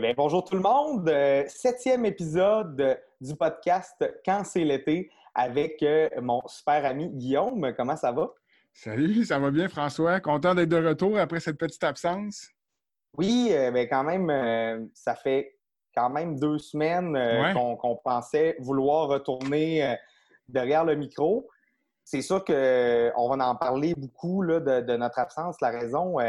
Bien, bonjour tout le monde. Septième épisode du podcast Quand c'est l'été avec mon super ami Guillaume. Comment ça va? Salut, ça va bien François? Content d'être de retour après cette petite absence? Oui, ben quand même, ça fait quand même 2 semaines Ouais. qu'on pensait vouloir retourner derrière le micro. C'est sûr qu'on va en parler beaucoup là, de notre absence. La raison,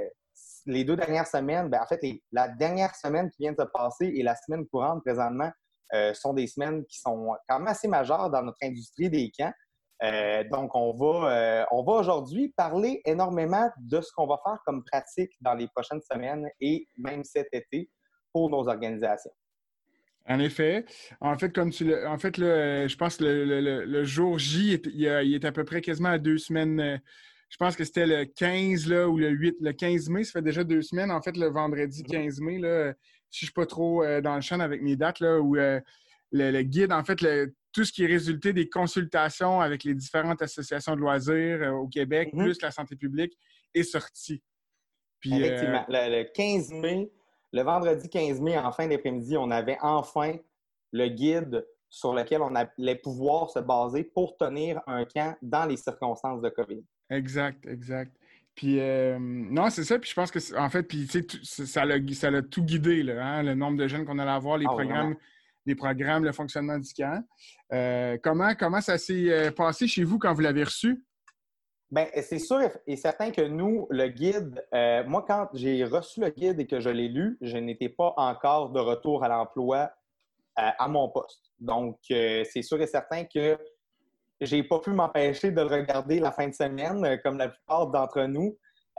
les 2 dernières semaines, ben, en fait, la dernière semaine qui vient de se passer et la semaine courante présentement sont des semaines qui sont quand même assez majeures dans notre industrie des camps. Donc, on va aujourd'hui parler énormément de ce qu'on va faire comme pratique dans les prochaines semaines et même cet été pour nos organisations. En effet. En fait, comme tu l'as. En fait, là, je pense que le jour J, il est à peu près quasiment à 2 semaines. Je pense que c'était le 15 là, ou le 8, le 15 mai, ça fait déjà 2 semaines. En fait, le vendredi 15 mai, là, si je ne suis pas trop dans le champ avec mes dates, là, où le guide, en fait, tout ce qui est résulté des consultations avec les différentes associations de loisirs au Québec, Mhm. plus la santé publique, est sorti. Puis, Effectivement. Le 15 mai, le vendredi 15 mai, en fin d'après-midi, on avait enfin le guide sur lequel on allait pouvoir se baser pour tenir un camp dans les circonstances de COVID. exact, exact. Puis, non, c'est ça. Puis, je pense que, en fait, puis, tu sais, ça l'a tout guidé, là, hein, le nombre de jeunes qu'on allait avoir, Ah, vraiment. les programmes, le fonctionnement du camp. Comment ça s'est passé chez vous quand vous l'avez reçu? Bien, c'est sûr et certain que nous, le guide, moi, quand j'ai reçu le guide et que je l'ai lu, je n'étais pas encore de retour à l'emploi à mon poste. Donc, c'est sûr et certain que j'ai pas pu m'empêcher de le regarder la fin de semaine, comme la plupart d'entre nous.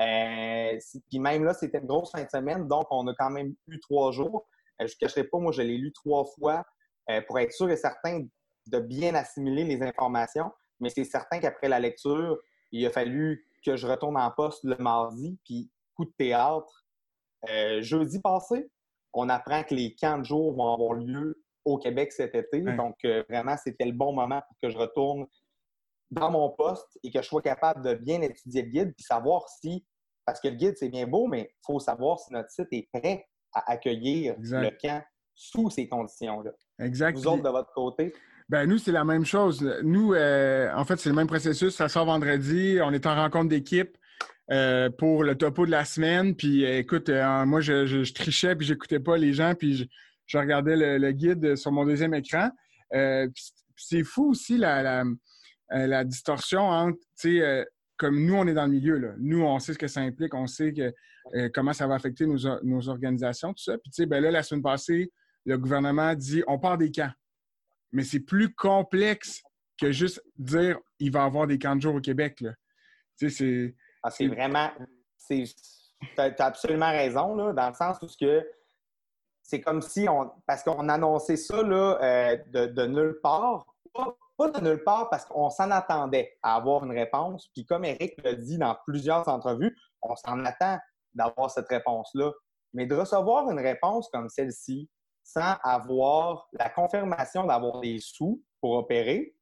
Puis même là, c'était une grosse fin de semaine, donc on a quand même eu 3 jours. Je ne cacherai pas, moi, je l'ai lu 3 fois pour être sûr et certain de bien assimiler les informations. Mais c'est certain qu'après la lecture, il a fallu que je retourne en poste le mardi, puis coup de théâtre. Jeudi passé, on apprend que les camps de jour vont avoir lieu au Québec cet été. Ouais, Donc, vraiment, c'était le bon moment pour que je retourne dans mon poste et que je sois capable de bien étudier le guide puis savoir si, parce que le guide, c'est bien beau, mais il faut savoir si notre site est prêt à accueillir le exact. camp sous ces conditions-là. Exact. Vous autres, Puis, de votre côté? ben, nous, c'est la même chose. Nous, en fait, c'est le même processus. Ça sort vendredi. On est en rencontre d'équipe pour le topo de la semaine. Puis, écoute, moi, je trichais puis j'écoutais pas les gens. Puis, je regardais le guide sur mon deuxième écran. Puis c'est fou aussi la distorsion entre, tu sais, comme nous, on est dans le milieu, là. Nous, on sait ce que ça implique, on sait que, comment ça va affecter nos organisations, tout ça. Puis, tu sais, ben là, la semaine passée, le gouvernement dit on part des camps. Mais c'est plus complexe que juste dire il va y avoir des camps de jour au Québec, là. Tu sais, Ah, c'est vraiment. Tu as absolument raison, là, dans le sens où c'est comme si parce qu'on annonçait ça là, de nulle part. Pas de nulle part parce qu'on s'en attendait à avoir une réponse. Puis comme Eric l'a dit dans plusieurs entrevues, on s'en attend d'avoir cette réponse-là. Mais de recevoir une réponse comme celle-ci sans avoir la confirmation d'avoir des sous pour opérer,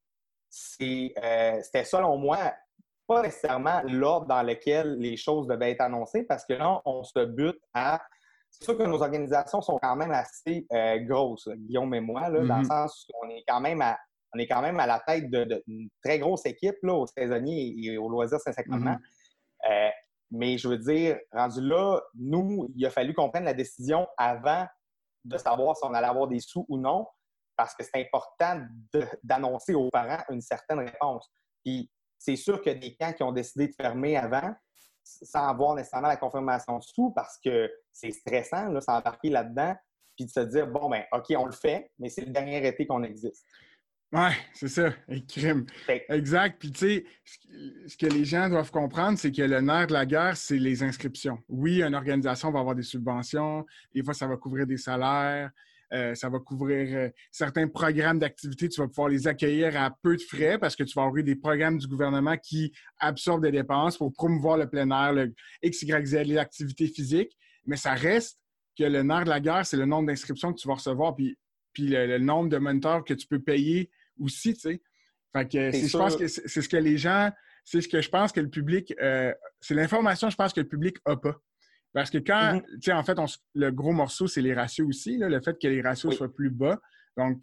c'était selon moi pas nécessairement l'ordre dans lequel les choses devaient être annoncées parce que là, on se bute à c'est sûr que nos organisations sont quand même assez grosses, Guillaume et moi, là, dans le mm-hmm. sens où on est quand même à la tête d'une très grosse équipe là, aux saisonniers et aux loisirs Saint-Sacrement. Mm-hmm. Mais je veux dire, rendu là, nous, il a fallu qu'on prenne la décision avant de savoir si on allait avoir des sous ou non, parce que c'est important d'annoncer aux parents une certaine réponse. Puis c'est sûr qu'il y a des camps qui ont décidé de fermer avant, sans avoir nécessairement la confirmation de sous, parce que c'est stressant, là, s'embarquer là-dedans, puis de se dire, bon, ben OK, on le fait, mais c'est le dernier été qu'on existe. Ouais, c'est ça, et crime. Fait, Exact. Puis, tu sais, ce que les gens doivent comprendre, c'est que le nerf de la guerre, c'est les inscriptions. Oui, une organisation va avoir des subventions. Des fois, ça va couvrir des salaires. Ça va couvrir certains programmes d'activité. Tu vas pouvoir les accueillir à peu de frais parce que tu vas avoir des programmes du gouvernement qui absorbent des dépenses pour promouvoir le plein air, le XYZ, les activités physiques. Mais ça reste que le nerf de la guerre, c'est le nombre d'inscriptions que tu vas recevoir puis le nombre de moniteurs que tu peux payer aussi, tu sais. Fait que je pense que c'est ce que les gens, c'est ce que je pense que le public, c'est l'information, je pense que le public n'a pas. Parce que quand, tu sais, en fait, le gros morceau, c'est les ratios aussi, là, le fait que les ratios soient plus bas. Donc,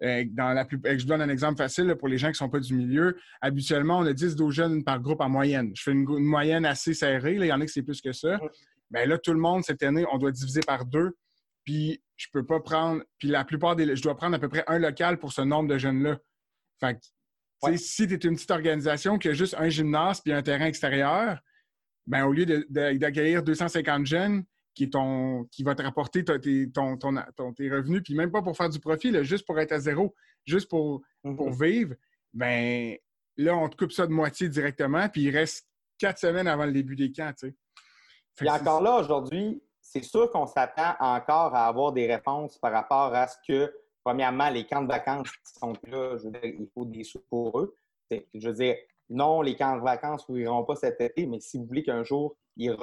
je vous donne un exemple facile là, pour les gens qui ne sont pas du milieu. Habituellement, on a 10-12 jeunes par groupe en moyenne. Je fais une moyenne assez serrée. Là, il y en a qui c'est plus que ça. Bien là, tout le monde, cette année, on doit diviser par 2. Puis, je peux pas prendre... Puis, la plupart je dois prendre à peu près un local pour ce nombre de jeunes-là. Fait que, tu sais, si tu es une petite organisation qui a juste un gymnase puis un terrain extérieur, ben, au lieu d'accueillir 250 jeunes qui va te rapporter tes revenus, puis même pas pour faire du profit, là, juste pour être à zéro, juste pour vivre, ben là, on te coupe ça de moitié directement, puis il reste 4 semaines avant le début des camps, tu sais. Puis encore là, aujourd'hui, c'est sûr qu'on s'attend encore à avoir des réponses par rapport à ce que, premièrement, les camps de vacances qui sont là, je veux dire, il faut des sous pour eux. Je veux dire, non, les camps de vacances n'ouvriront pas cet été, mais si vous voulez qu'un jour, il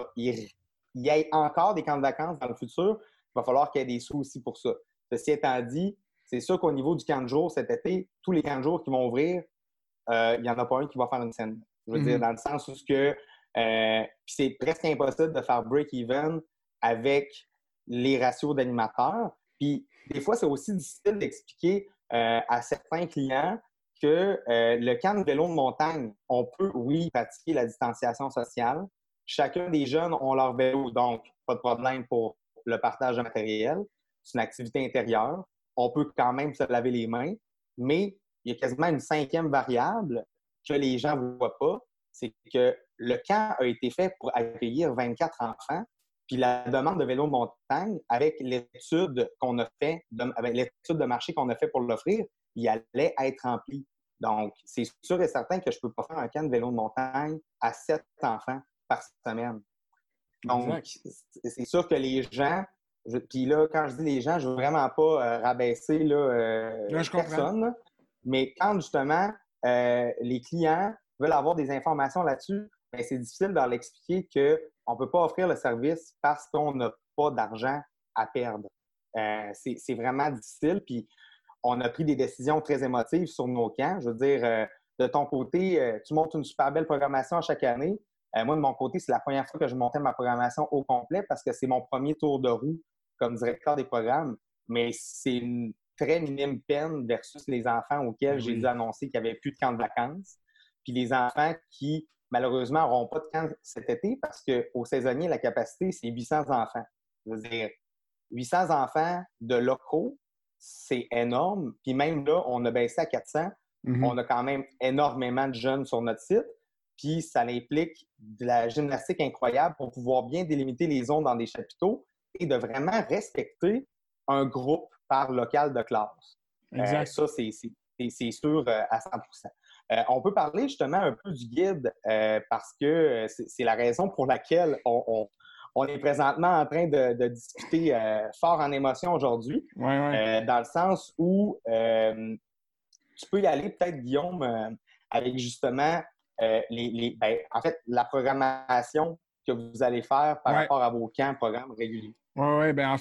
y ait encore des camps de vacances dans le futur, il va falloir qu'il y ait des sous aussi pour ça. Ceci étant dit, c'est sûr qu'au niveau du camp de jour cet été, tous les camps de jour qui vont ouvrir, il n'y en a pas un qui va faire une scène. Je veux dire, dans le sens où c'est presque impossible de faire break-even avec les ratios d'animateurs. Puis des fois, c'est aussi difficile d'expliquer à certains clients que le camp de vélo de montagne, on peut, oui, pratiquer la distanciation sociale. Chacun des jeunes ont leur vélo, donc pas de problème pour le partage de matériel. C'est une activité intérieure. On peut quand même se laver les mains, mais il y a quasiment une 5e variable que les gens ne voient pas, c'est que le camp a été fait pour accueillir 24 enfants, puis la demande de vélo de montagne, avec l'étude qu'on a fait, avec l'étude de marché qu'on a fait pour l'offrir, il allait être rempli. Donc, c'est sûr et certain que je ne peux pas faire un camp de vélo de montagne à 7 enfants par semaine. Donc, c'est sûr que les gens, puis là, quand je dis les gens, je ne veux vraiment pas rabaisser personne, là, mais quand justement les clients veulent avoir des informations là-dessus, bien, c'est difficile de leur expliquer qu'on ne peut pas offrir le service parce qu'on n'a pas d'argent à perdre. C'est vraiment difficile, puis on a pris des décisions très émotives sur nos camps. Je veux dire, de ton côté, tu montes une super belle programmation à chaque année. Moi, de mon côté, c'est la première fois que je montais ma programmation au complet parce que c'est mon premier tour de roue comme directeur des programmes. Mais c'est une très minime peine versus les enfants auxquels j'ai dû annoncer qu'il n'y avait plus de camp de vacances. Puis les enfants qui, malheureusement, n'auront pas de camp cet été parce qu'au saisonnier, la capacité, c'est 800 enfants. Je veux dire, 800 enfants de locaux, c'est énorme. Puis même là, on a baissé à 400. On a quand même énormément de jeunes sur notre site. Puis ça implique de la gymnastique incroyable pour pouvoir bien délimiter les zones dans des chapiteaux et de vraiment respecter un groupe par local de classe. Ça, c'est sûr à 100%. On peut parler justement un peu du guide parce que c'est la raison pour laquelle on est présentement en train de discuter fort en émotion aujourd'hui, dans le sens où tu peux y aller peut-être, Guillaume, avec justement en fait, la programmation que vous allez faire par rapport à vos camps, programmes réguliers. Oui, bien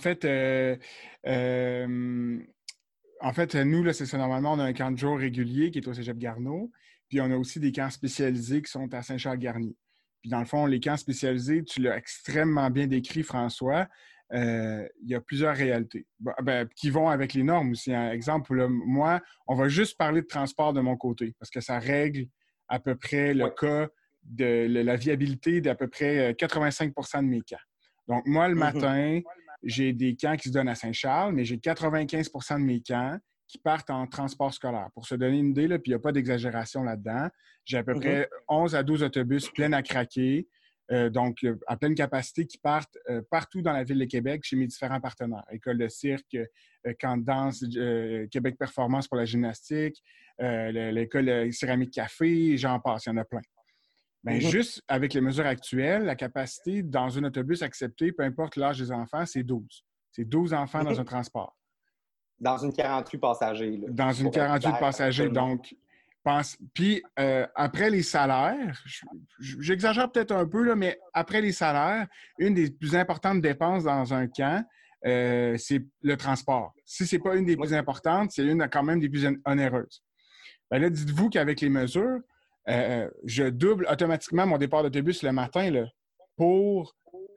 en fait, nous, là, c'est ça. Normalement, on a un camp de jour régulier qui est au Cégep Garneau, puis on a aussi des camps spécialisés qui sont à Saint-Charles-Garnier. Puis dans le fond, les camps spécialisés, tu l'as extrêmement bien décrit, François. Il y a plusieurs réalités qui vont avec les normes aussi. Hein. Exemple, là, moi, on va juste parler de transport de mon côté parce que ça règle à peu près le cas de la viabilité d'à peu près 85 % de mes camps. Donc, moi, le matin, j'ai des camps qui se donnent à Saint-Charles, mais j'ai 95 % de mes camps qui partent en transport scolaire. Pour se donner une idée, là, puis il n'y a pas d'exagération là-dedans, j'ai à peu près 11 à 12 autobus pleins à craquer, donc à pleine capacité, qui partent partout dans la ville de Québec chez mes différents partenaires. École de cirque, camp de danse, Québec Performance pour la gymnastique, l'école Céramique Café, j'en passe, il y en a plein. Bien, juste avec les mesures actuelles, la capacité dans un autobus accepté, peu importe l'âge des enfants, c'est 12. C'est 12 enfants dans un transport. Dans une 48 passagers. Là, dans une 48 passagers, donc. Puis, après les salaires, j'exagère peut-être un peu, là, mais après les salaires, une des plus importantes dépenses dans un camp, c'est le transport. Si ce n'est pas une des plus importantes, c'est une quand même des plus onéreuses. Bien là, dites-vous qu'avec les mesures, je double automatiquement mon départ d'autobus le matin là, pour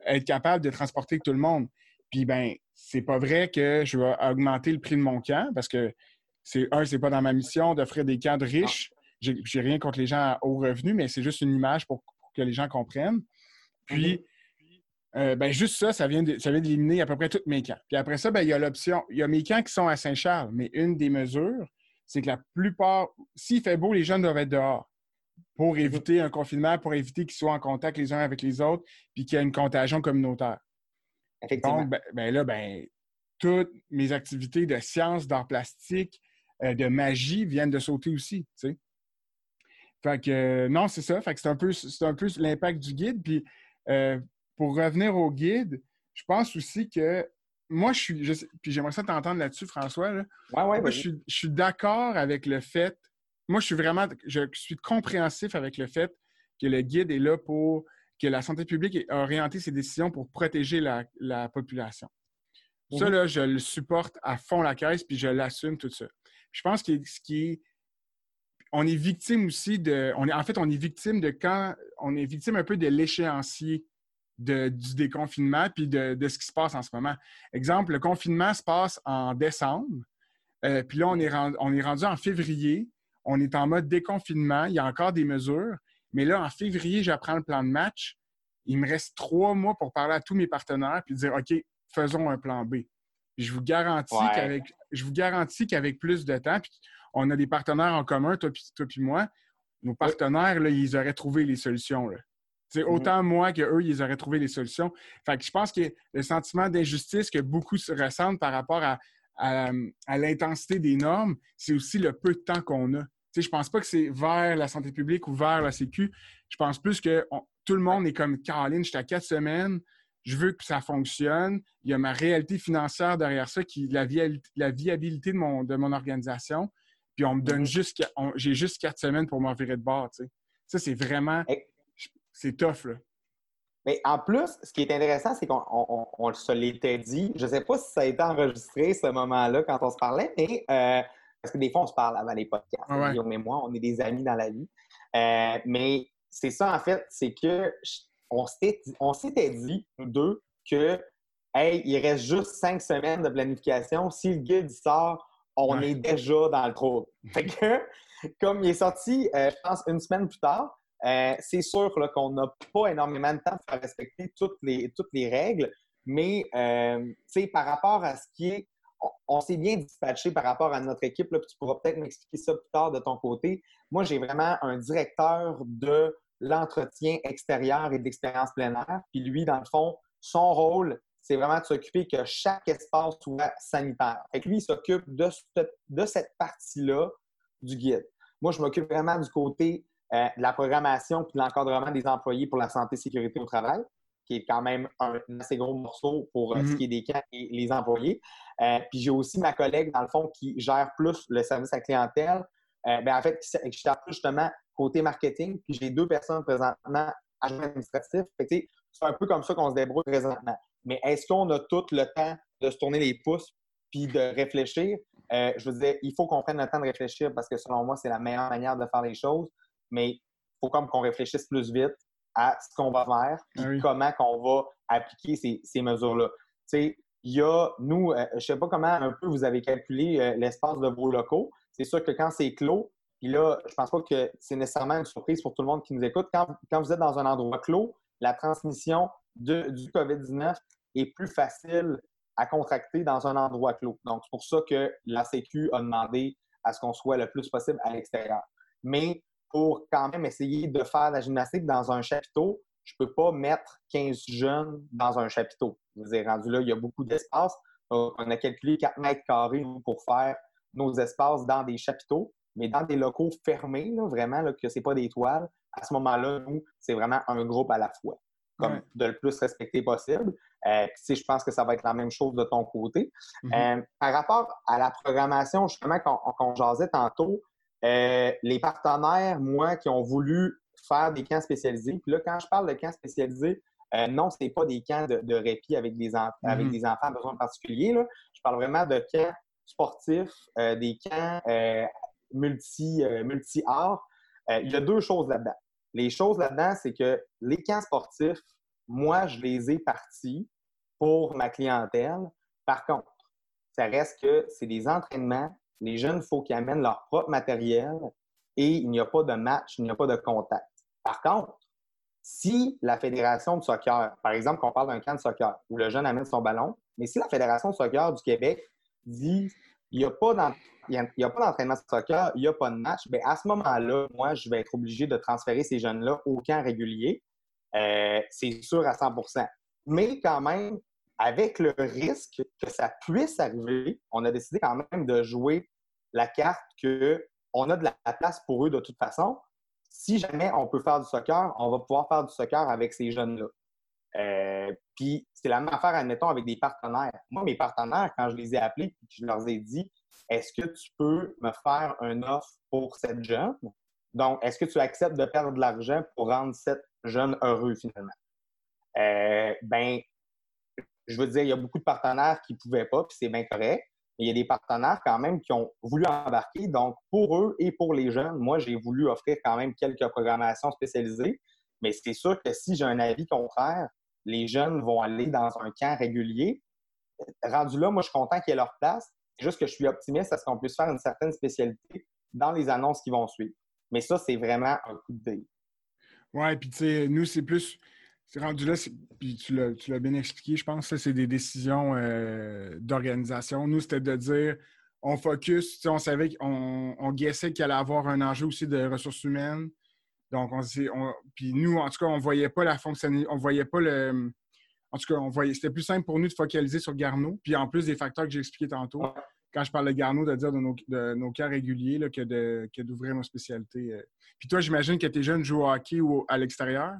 être capable de transporter tout le monde. Puis, ben, c'est pas vrai que je vais augmenter le prix de mon camp parce que c'est pas dans ma mission d'offrir des camps de riches. J'ai rien contre les gens à haut revenu, mais c'est juste une image pour que les gens comprennent. Puis, ben juste ça, ça vient d'éliminer à peu près tous mes camps. Puis après ça, ben, il y a l'option, il y a mes camps qui sont à Saint-Charles, mais une des mesures, c'est que la plupart, s'il fait beau, les jeunes doivent être dehors pour éviter un confinement, pour éviter qu'ils soient en contact les uns avec les autres, puis qu'il y ait une contagion communautaire. Effectivement. Donc, toutes mes activités de sciences, d'art plastique, de magie viennent de sauter aussi, tu sais. Fait que, non, c'est ça. Fait que c'est un peu l'impact du guide. Puis, pour revenir au guide, je pense aussi que moi, puis j'aimerais ça t'entendre là-dessus, François. Là. Ouais, Moi, vas-y. je suis d'accord avec le fait. Moi, je suis compréhensif avec le fait que le guide est là pour que la santé publique ait orienté ses décisions pour protéger la population. Ça, là, je le supporte à fond la caisse, puis je l'assume tout ça. Je pense que on est victime aussi on est victime de quand on est victime un peu de l'échéancier du déconfinement puis de ce qui se passe en ce moment. Exemple, le confinement se passe en décembre, puis là, on est rendu en février, on est en mode déconfinement, il y a encore des mesures, mais là, en février, j'apprends le plan de match. Il me reste 3 mois pour parler à tous mes partenaires puis dire OK, faisons un plan B. Puis je vous garantis qu'avec plus de temps, puis on a des partenaires en commun, toi puis moi, nos partenaires, là, ils auraient trouvé les solutions. Là. Autant moi qu'eux, ils auraient trouvé les solutions. Fait que je pense que le sentiment d'injustice que beaucoup se ressentent par rapport à l'intensité des normes, c'est aussi le peu de temps qu'on a. Je ne pense pas que c'est vers la santé publique ou vers la Sécu. Je pense plus que tout le monde est comme Caroline, j'étais à 4 semaines, je veux que ça fonctionne. Il y a ma réalité financière derrière ça, qui la viabilité de mon organisation. Puis on me donne j'ai juste 4 semaines pour m'en virer de bord. T'sais. Ça, c'est vraiment. C'est tough, là. Mais en plus, ce qui est intéressant, c'est qu'on se l'était dit. Je ne sais pas si ça a été enregistré ce moment-là quand on se parlait, mais parce que des fois, on se parle avant les podcasts. Ah ouais. Guillaume et moi, on est des amis dans la vie. Mais c'est ça, en fait, c'est que on s'était dit, nous deux, que hey, il reste juste 5 semaines de planification. Si le guide sort, on est déjà dans le trou. Fait que, comme il est sorti, je pense, une semaine plus tard, c'est sûr là, qu'on n'a pas énormément de temps pour faire respecter toutes les règles, mais par rapport à ce qui est... On s'est bien dispatché par rapport à notre équipe, là, puis tu pourras peut-être m'expliquer ça plus tard de ton côté. Moi, j'ai vraiment un directeur de l'entretien extérieur et d'expérience plein air, puis lui, dans le fond, son rôle, c'est vraiment de s'occuper que chaque espace soit sanitaire. Fait que lui, il s'occupe de cette partie-là du guide. Moi, je m'occupe vraiment du côté de la programmation et de l'encadrement des employés pour la santé et sécurité au travail, qui est quand même un assez gros morceau pour ce qui est des camps et les employés. Puis j'ai aussi ma collègue, dans le fond, qui gère plus le service à clientèle, en fait, qui gère plus justement côté marketing. Puis j'ai 2 personnes présentement agents administratifs. C'est un peu comme ça qu'on se débrouille présentement. Mais est-ce qu'on a tout le temps de se tourner les pouces puis de réfléchir? Je veux dire, il faut qu'on prenne le temps de réfléchir parce que selon moi, c'est la meilleure manière de faire les choses. Mais il faut comme qu'on réfléchisse plus vite à ce qu'on va faire et comment qu'on va appliquer ces mesures-là. Tu sais, il y a, nous, je ne sais pas comment un peu vous avez calculé l'espace de vos locaux. C'est sûr que quand c'est clos, puis là, je ne pense pas que c'est nécessairement une surprise pour tout le monde qui nous écoute. Quand vous êtes dans un endroit clos, la transmission du COVID-19 est plus facile à contracter dans un endroit clos. Donc, c'est pour ça que la Sécu a demandé à ce qu'on soit le plus possible à l'extérieur. Mais pour quand même essayer de faire la gymnastique dans un chapiteau, je ne peux pas mettre 15 jeunes dans un chapiteau. Je vous ai rendu là, il y a beaucoup d'espace. On a calculé 4 mètres carrés pour faire nos espaces dans des chapiteaux, mais dans des locaux fermés, là, vraiment, là, que ce n'est pas des toiles. À ce moment-là, nous, c'est vraiment un groupe à la fois, comme de le plus respecter possible. Je pense que ça va être la même chose de ton côté. Par rapport à la programmation, justement, qu'on jasait tantôt, les partenaires, moi, qui ont voulu faire des camps spécialisés. Puis là, quand je parle de camps spécialisés, non, ce n'est pas des camps de répit avec des enfants à besoins particuliers. Là. Je parle vraiment de camps sportifs, des camps multi-arts. Il y a 2 choses là-dedans. Les choses là-dedans, c'est que les camps sportifs, moi, je les ai partis pour ma clientèle. Par contre, ça reste que c'est des entraînements. Les jeunes, il faut qu'ils amènent leur propre matériel et il n'y a pas de match, il n'y a pas de contact. Par contre, si la fédération de soccer, par exemple, qu'on parle d'un camp de soccer où le jeune amène son ballon, mais si la fédération de soccer du Québec dit il n'y a pas d'entraînement de soccer, il n'y a pas de match, bien, à ce moment-là, moi, je vais être obligé de transférer ces jeunes-là au camp régulier. C'est sûr à 100 %. Mais quand même, avec le risque que ça puisse arriver, on a décidé quand même de jouer la carte qu'on a de la place pour eux de toute façon. Si jamais on peut faire du soccer, on va pouvoir faire du soccer avec ces jeunes-là. Puis c'est la même affaire, admettons, avec des partenaires. Moi, mes partenaires, quand je les ai appelés et que je leur ai dit « Est-ce que tu peux me faire une offre pour cette jeune? Donc, est-ce que tu acceptes de perdre de l'argent pour rendre cette jeune heureux, finalement? » Ben, je veux dire, il y a beaucoup de partenaires qui ne pouvaient pas, puis c'est bien correct. Mais il y a des partenaires quand même qui ont voulu embarquer. Donc, pour eux et pour les jeunes, moi, j'ai voulu offrir quand même quelques programmations spécialisées. Mais c'est sûr que si j'ai un avis contraire, les jeunes vont aller dans un camp régulier. Rendu là, moi, je suis content qu'il y ait leur place. C'est juste que je suis optimiste à ce qu'on puisse faire une certaine spécialité dans les annonces qui vont suivre. Mais ça, c'est vraiment un coup de dé. Oui, puis tu sais, nous, c'est plus. C'est rendu là, puis tu l'as bien expliqué, je pense, ça, c'est des décisions d'organisation. Nous, c'était de dire, on focus, on savait on guessait qu'il allait avoir un enjeu aussi de ressources humaines. Donc, puis nous, en tout cas, on ne voyait pas la fonctionnalité, on voyait pas le. En tout cas, c'était plus simple pour nous de focaliser sur Garneau. Puis en plus des facteurs que j'ai expliqués tantôt, quand je parle de Garneau, de dire de nos cas réguliers là, que d'ouvrir nos spécialités. Puis toi, j'imagine que tes jeunes jouent au hockey ou à l'extérieur?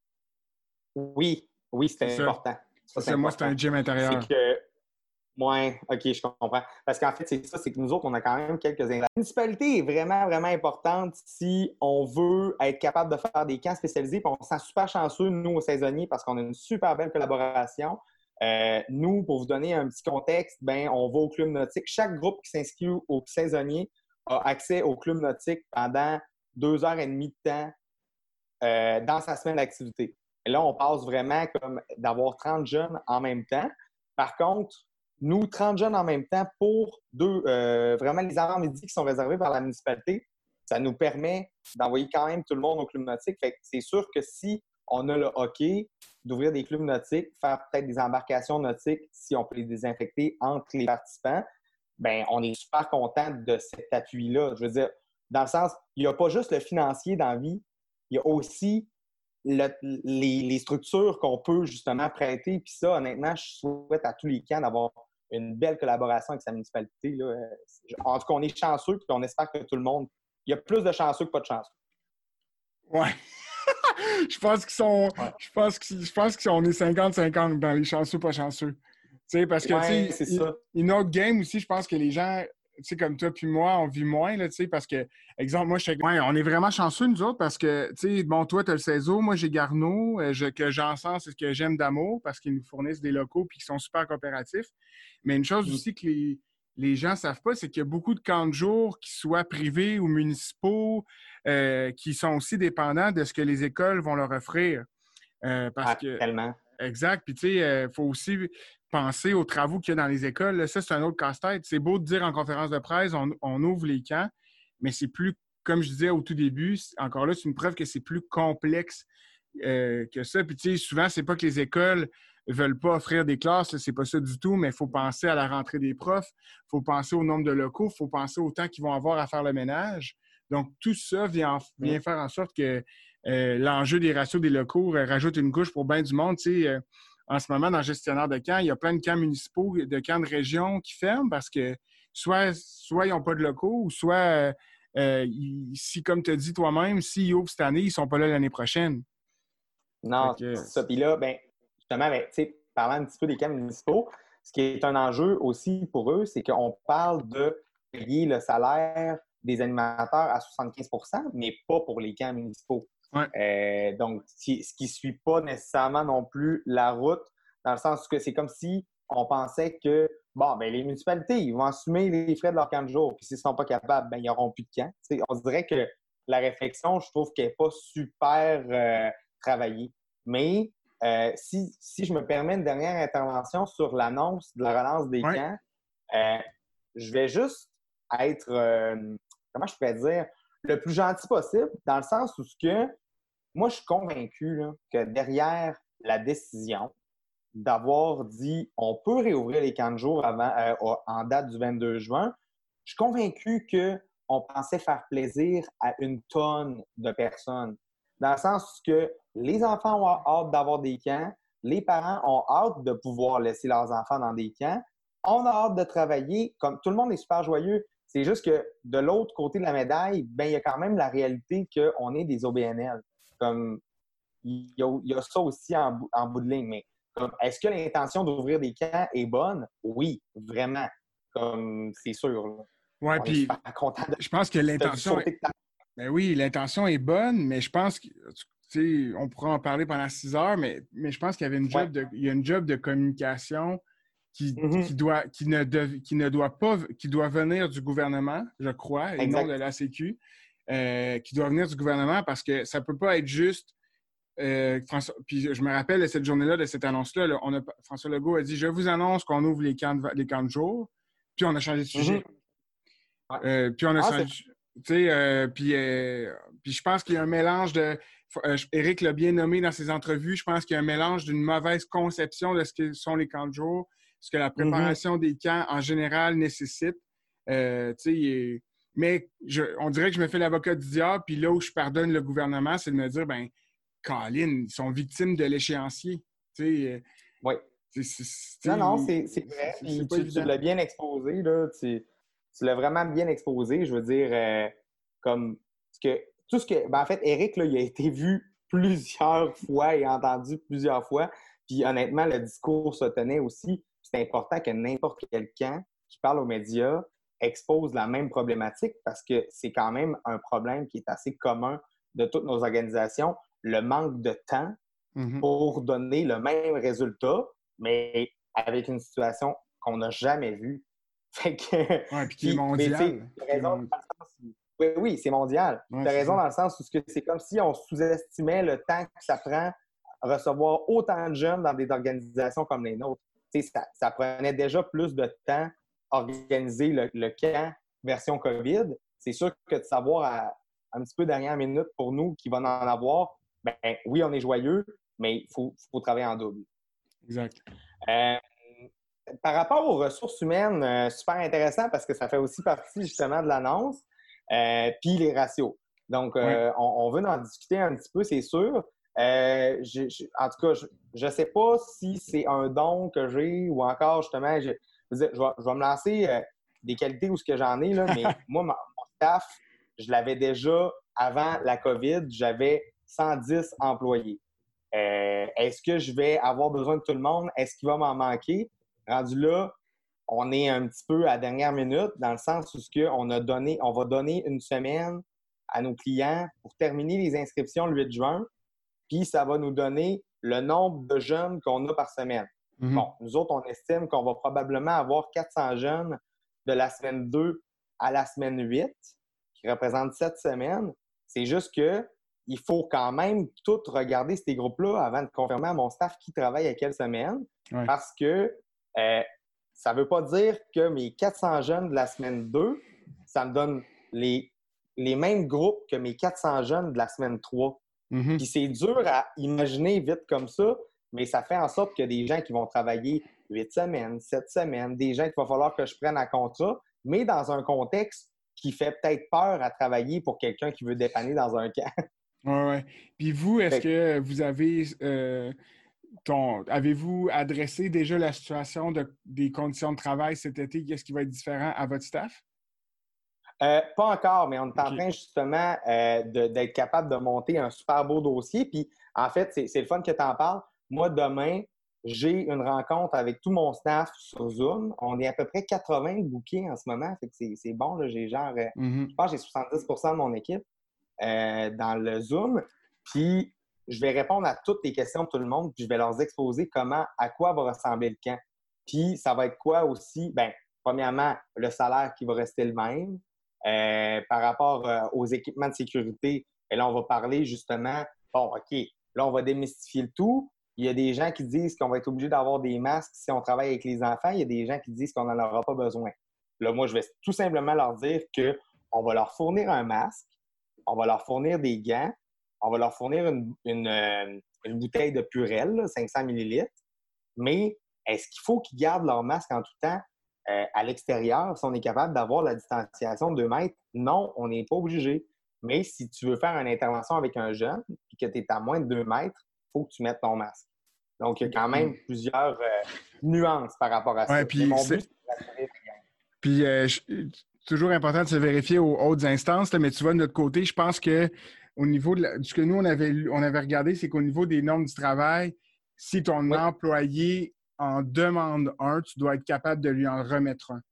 Oui, c'est important. C'est ça, moi, c'est un gym intérieur. C'est que, oui, OK, je comprends. Parce qu'en fait, c'est que nous autres, on a quand même quelques-uns. La municipalité est vraiment, vraiment importante si on veut être capable de faire des camps spécialisés. Puis on se sent super chanceux, nous, aux saisonniers, parce qu'on a une super belle collaboration. Nous, pour vous donner un petit contexte, ben, on va au club nautique. Chaque groupe qui s'inscrit au saisonnier a accès au club nautique pendant 2 heures et demie de temps dans sa semaine d'activité. Et là, on passe vraiment comme d'avoir 30 jeunes en même temps. Par contre, nous, 30 jeunes en même temps pour vraiment les avant-midi qui sont réservés par la municipalité, ça nous permet d'envoyer quand même tout le monde au club nautique. Fait que c'est sûr que si on a le hockey, d'ouvrir des clubs nautiques, faire peut-être des embarcations nautiques, si on peut les désinfecter entre les participants, bien, on est super content de cet appui-là. Je veux dire, dans le sens, il n'y a pas juste le financier dans la vie, il y a aussi les structures qu'on peut justement prêter. Puis ça, honnêtement, je souhaite à tous les camps d'avoir une belle collaboration avec sa municipalité. Là. En tout cas, on est chanceux puis on espère que tout le monde... Il y a plus de chanceux que pas de chanceux. Ouais. Je pense qu'ils sont... Ouais. Je pense qu'on est 50-50 dans les chanceux, pas chanceux. Tu sais, parce que, ouais, tu sais, une autre game aussi, je pense que les gens... Tu sais, comme toi puis moi, on vit moins, là, tu sais, parce que, exemple, moi, on est vraiment chanceux, nous autres, parce que, tu sais, bon, toi, tu as le CESO, moi, j'ai Garneau, que j'encense, c'est ce que j'aime d'amour, parce qu'ils nous fournissent des locaux puis qu'ils sont super coopératifs. Mais une chose aussi que les gens ne savent pas, c'est qu'il y a beaucoup de camps de jour, qu'ils soient privés ou municipaux, qui sont aussi dépendants de ce que les écoles vont leur offrir. Tellement. Exact. Puis, tu sais, il faut aussi penser aux travaux qu'il y a dans les écoles. Là, ça, c'est un autre casse-tête. C'est beau de dire en conférence de presse, on ouvre les camps, mais c'est plus, comme je disais au tout début, encore là, c'est une preuve que c'est plus complexe que ça. Puis, tu sais, souvent, c'est pas que les écoles veulent pas offrir des classes, c'est pas ça du tout, mais il faut penser à la rentrée des profs, il faut penser au nombre de locaux, il faut penser au temps qu'ils vont avoir à faire le ménage. Donc, tout ça vient faire en sorte que l'enjeu des ratios des locaux rajoute une couche pour bien du monde. Tu sais, en ce moment, dans le gestionnaire de camps, il y a plein de camps municipaux, de camps de région qui ferment parce que soit ils n'ont pas de locaux ou soit, si, comme tu as dit toi-même, s'ils ouvrent cette année, ils ne sont pas là l'année prochaine. Non, c'est ça. Puis là, ben, justement, ben, parlant un petit peu des camps municipaux, ce qui est un enjeu aussi pour eux, c'est qu'on parle de payer le salaire des animateurs à 75 % mais pas pour les camps municipaux. Ouais. Donc, ce qui ne suit pas nécessairement non plus la route, dans le sens que c'est comme si on pensait que bon, ben, les municipalités, ils vont assumer les frais de leur camp de jour, puis s'ils ne sont pas capables, ben, ils n'auront plus de camp. T'sais, on dirait que la réflexion, je trouve qu'elle n'est pas super travaillée. Mais si je me permets une dernière intervention sur l'annonce de la relance des Ouais. camps, je vais juste être, comment je pourrais dire, le plus gentil possible, dans le sens où moi, je suis convaincu là, que derrière la décision d'avoir dit on peut réouvrir les camps de jour en date du 22 juin, je suis convaincu qu'on pensait faire plaisir à une tonne de personnes. Dans le sens que les enfants ont hâte d'avoir des camps, les parents ont hâte de pouvoir laisser leurs enfants dans des camps, on a hâte de travailler, comme tout le monde est super joyeux. C'est juste que de l'autre côté de la médaille, ben, il y a quand même la réalité qu'on est des OBNL. Comme, il y a ça aussi en bout de ligne. Mais comme, est-ce que l'intention d'ouvrir des camps est bonne? Oui, vraiment. Comme, c'est sûr. Là. Ouais, On est puis super content de je pense que t'as vu l'intention, sauter de ta... ben oui, l'intention est bonne, mais je pense que, tu sais, on pourra en parler pendant 6 heures, mais je pense qu'il y avait Ouais. il y a une job de communication Mm-hmm. qui doit venir du gouvernement, je crois, et non de Exact. la Sécu, qui doit venir du gouvernement parce que ça peut pas être juste. Puis je me rappelle de cette journée-là, de cette annonce-là, là, François Legault a dit: Je vous annonce qu'on ouvre les camps de jour. Puis on a changé de Mm-hmm. sujet. Ouais. Puis on a Ah, changé. Tu sais, puis je pense qu'il y a un mélange de. Éric l'a bien nommé dans ses entrevues. Je pense qu'il y a un mélange d'une mauvaise conception de ce que sont les camps de jour, ce que la mm-hmm. préparation des camps en général nécessite. Tu sais, mais on dirait que je me fais l'avocat du diable, puis là où je pardonne le gouvernement, c'est de me dire, ben, Colin, ils sont victimes de l'échéancier. Tu sais, Oui. Non, c'est vrai. c'est Puis pas tu évident. l'as bien exposé, là. Tu l'as vraiment bien exposé. Je veux dire, comme tout ce que. Ben, en fait, Eric, là, il a été vu plusieurs fois et entendu plusieurs fois. Puis honnêtement, le discours se tenait aussi. C'est important que n'importe quel camp qui parle aux médias expose la même problématique parce que c'est quand même un problème qui est assez commun de toutes nos organisations, le manque de temps Mm-hmm. pour donner le même résultat, mais avec une situation qu'on n'a jamais vue. Fait que, Ouais, puis qui est mais tu sais, mondial. tu as raison dans le sens où, oui, oui, c'est mondial. Ouais, Tu as c'est raison ça. dans le sens où c'est comme si on sous-estimait le temps que ça prend à recevoir autant de jeunes dans des organisations comme les nôtres. Tu sais, ça prenait déjà plus de temps à organiser le camp version COVID. C'est sûr que de savoir un petit peu dernière minute pour nous qui va en avoir, ben oui, on est joyeux, mais il faut travailler en double. Exact. Euh, Par rapport aux ressources humaines, super intéressant parce que ça fait aussi partie justement de l'annonce, puis les ratios. Donc, Ouais. on veut en discuter un petit peu, c'est sûr. En tout cas, je ne sais pas si c'est un don que j'ai ou encore justement, je vais me lancer des qualités ou ce que j'en ai, là, mais moi, mon staff, je l'avais déjà avant la COVID, j'avais 110 employés. Est-ce que je vais avoir besoin de tout le monde? Est-ce qu'il va m'en manquer? Rendu là, on est un petit peu à dernière minute dans le sens où on va donner une semaine à nos clients pour terminer les inscriptions le 8 juin, puis ça va nous donner le nombre de jeunes qu'on a par semaine. Mm-hmm. Bon, nous autres, on estime qu'on va probablement avoir 400 jeunes de la semaine 2 à la semaine 8, qui représentent 7 semaines. C'est juste que il faut quand même tout regarder ces groupes-là avant de confirmer à mon staff qui travaille à quelle semaine. Ouais. Parce que ça ne veut pas dire que mes 400 jeunes de la semaine 2, ça me donne les mêmes groupes que mes 400 jeunes de la semaine 3. Mm-hmm. Puis c'est dur à imaginer vite comme ça, mais ça fait en sorte que des gens qui vont travailler 8 semaines, 7 semaines, des gens qu'il va falloir que je prenne à contrat, mais dans un contexte qui fait peut-être peur à travailler pour quelqu'un qui veut dépanner dans un camp. Ouais. Puis vous, est-ce que vous avez avez-vous adressé déjà la situation des conditions de travail cet été? Qu'est-ce qui va être différent à votre staff? Pas encore, mais on est en train justement d'être capable de monter un super beau dossier. Puis en fait, c'est le fun que tu en parles. Moi, demain, j'ai une rencontre avec tout mon staff sur Zoom. On est à peu près 80 bookés en ce moment. Fait que c'est bon. Là, j'ai genre, je pense que j'ai 70 de mon équipe dans le Zoom. Puis je vais répondre à toutes les questions de tout le monde. Puis je vais leur exposer à quoi va ressembler le camp. Puis ça va être quoi aussi? Bien, premièrement, le salaire qui va rester le même. Par rapport aux équipements de sécurité, et là, on va parler justement, bon, OK, là, on va démystifier le tout. Il y a des gens qui disent qu'on va être obligé d'avoir des masques si on travaille avec les enfants. Il y a des gens qui disent qu'on n'en aura pas besoin. Là, moi, je vais tout simplement leur dire qu'on va leur fournir un masque, on va leur fournir des gants, on va leur fournir une bouteille de Purell, là, 500 millilitres. Mais est-ce qu'il faut qu'ils gardent leur masque en tout temps à l'extérieur si on est capable d'avoir la distanciation de 2 mètres? Non, on n'est pas obligé. Mais si tu veux faire une intervention avec un jeune et que tu es à moins de 2 mètres, il faut que tu mettes ton masque. Donc, il y a quand même plusieurs nuances par rapport à ça. Puis mais mon but, c'est de rassurer les gens. Puis, toujours important de se vérifier aux hautes instances, là, mais tu vois, de notre côté, je pense que au niveau de ce que nous, on avait regardé, c'est qu'au niveau des normes du travail, si ton employé en demande un, tu dois être capable de lui en remettre un.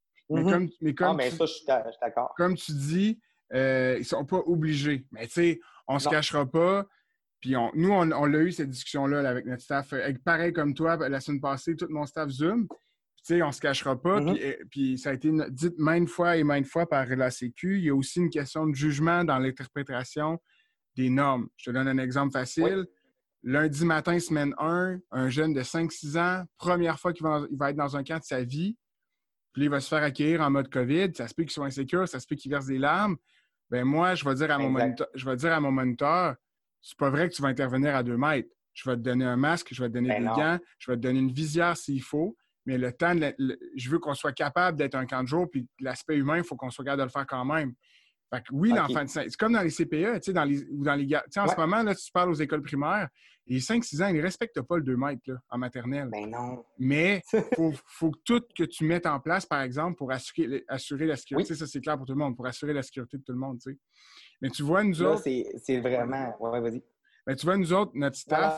Mais ça, je suis d'accord. Comme tu dis, ils ne sont pas obligés. Mais tu sais, on ne se cachera pas. Puis nous, on l'a eu, cette discussion-là là, avec notre staff. Pareil comme toi, la semaine passée, tout mon staff Zoom. Tu sais, on ne se cachera pas. Puis ça a été dit maintes fois par la Sécu. Il y a aussi une question de jugement dans l'interprétation des normes. Je te donne un exemple facile. Lundi matin, semaine 1, un jeune de 5-6 ans, première fois qu'il va être dans un camp de sa vie, puis là, il va se faire accueillir en mode COVID. Ça se peut qu'il soit insécure, ça se peut qu'il verse des larmes. Ben moi, je vais dire à mon moniteur, c'est pas vrai que tu vas intervenir à 2 mètres. Je vais te donner un masque, je vais te donner des gants, je vais te donner une visière s'il faut. Mais le temps, je veux qu'on soit capable d'être un camp de jour, puis l'aspect humain, il faut qu'on soit capable de le faire quand même. Fait que oui, l'enfant de 5, c'est comme dans les CPE, tu sais, en ce moment, là, tu parles aux écoles primaires, les 5-6 ans, ils ne respectent pas le 2 mètres là, en maternelle. Ben non. Mais faut que tout que tu mettes en place, par exemple, pour assurer la sécurité, ça c'est clair pour tout le monde, pour assurer la sécurité de tout le monde, tu sais. Mais tu vois, nous autres... c'est vraiment... Ouais, vas-y. Mais tu vois, nous autres, notre staff,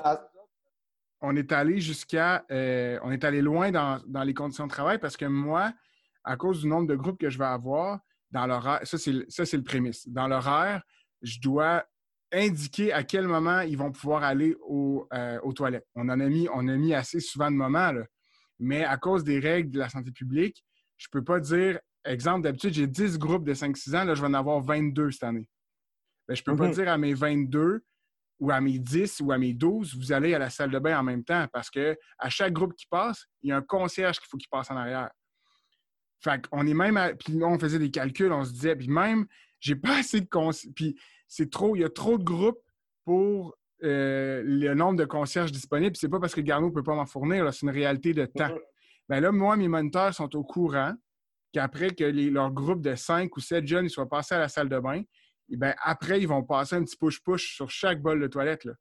on est allé on est allé loin dans les conditions de travail parce que moi, à cause du nombre de groupes que je vais avoir, dans l'horaire, ça c'est le prémisse. Dans l'horaire, je dois indiquer à quel moment ils vont pouvoir aller aux toilettes. On a mis assez souvent de moments, là. Mais à cause des règles de la santé publique, je ne peux pas dire, exemple, d'habitude, j'ai 10 groupes de 5-6 ans, là, je vais en avoir 22 cette année. Bien, je ne peux pas dire à mes 22 ou à mes 10 ou à mes 12, vous allez à la salle de bain en même temps parce qu'à chaque groupe qui passe, il y a un concierge qu'il faut qu'il passe en arrière. Fait qu'on est même... Puis là, on faisait des calculs, on se disait, puis même, j'ai pas assez de concierges. Puis il y a trop de groupes pour le nombre de concierges disponibles. Puis c'est pas parce que Garneau ne peut pas m'en fournir, là, c'est une réalité de temps. Bien là, moi, mes moniteurs sont au courant qu'après que leur groupe de 5 ou 7 jeunes ils soient passés à la salle de bain, et bien après, ils vont passer un petit push-push sur chaque bol de toilette. Là.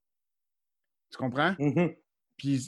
Tu comprends? Puis,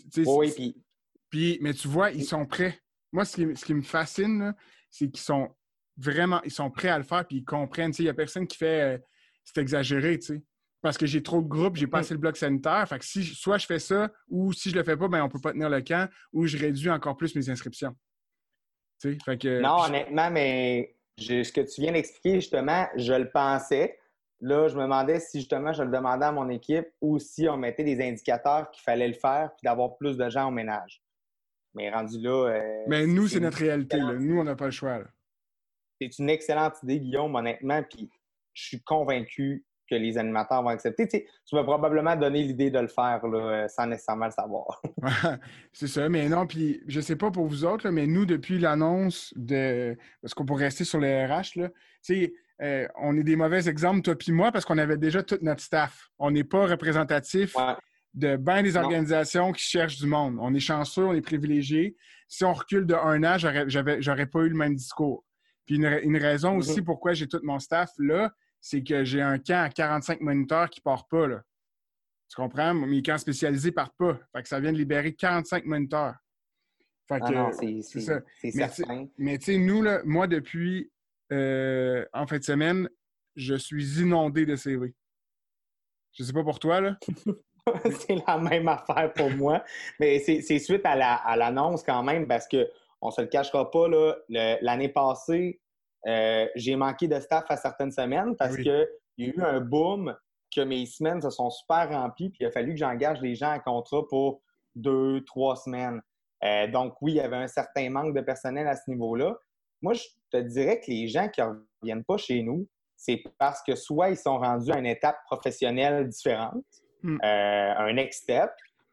mais tu vois, ils sont prêts. Moi, ce qui me fascine, là, c'est qu'ils sont prêts à le faire puis ils comprennent. Il n'y a personne qui fait c'est exagéré, tu sais. Parce que j'ai trop de groupes, j'ai pas assez le bloc sanitaire. Fait que soit je fais ça, ou si je le fais pas, ben on peut pas tenir le camp, ou je réduis encore plus mes inscriptions. Tu sais, fait que... Non, honnêtement, mais ce que tu viens d'expliquer, justement, je le pensais. Là, je me demandais si, justement, je le demandais à mon équipe ou si on mettait des indicateurs qu'il fallait le faire puis d'avoir plus de gens au ménage. Mais rendu là... mais nous, c'est notre réalité. Là. Nous, on n'a pas le choix. Là. C'est une excellente idée, Guillaume, honnêtement, puis je suis convaincu que les animateurs vont accepter. Tu vas probablement donner l'idée de le faire là, sans nécessairement le savoir. C'est ça, mais non, puis je sais pas pour vous autres, là, mais nous, depuis l'annonce parce qu'on pourrait rester sur les RH, là, on est des mauvais exemples, toi puis moi, parce qu'on avait déjà tout notre staff. On n'est pas représentatif de bien des organisations qui cherchent du monde. On est chanceux, on est privilégiés. Si on recule de 1 an, j'aurais pas eu le même discours. Puis une raison aussi pourquoi j'ai tout mon staff là, c'est que j'ai un camp à 45 moniteurs qui ne part pas. Là. Tu comprends? Mes camps spécialisés ne partent pas. Fait que ça vient de libérer 45 moniteurs. Fait que, c'est ça. C'est certain. Mais tu sais, nous, là, moi, depuis en fin de semaine, je suis inondé de CV. Je ne sais pas pour toi, là. C'est la même affaire pour moi. Mais c'est suite à l'annonce quand même, parce qu'on ne se le cachera pas, là, l'année passée, j'ai manqué de staff à certaines semaines parce qu'il y a eu un boom que mes semaines se sont super remplies puis il a fallu que j'engage les gens à contrat pour 2-3 semaines. Donc oui, il y avait un certain manque de personnel à ce niveau-là. Moi, je te dirais que les gens qui ne reviennent pas chez nous, c'est parce que soit ils sont rendus à une étape professionnelle différente, un next step,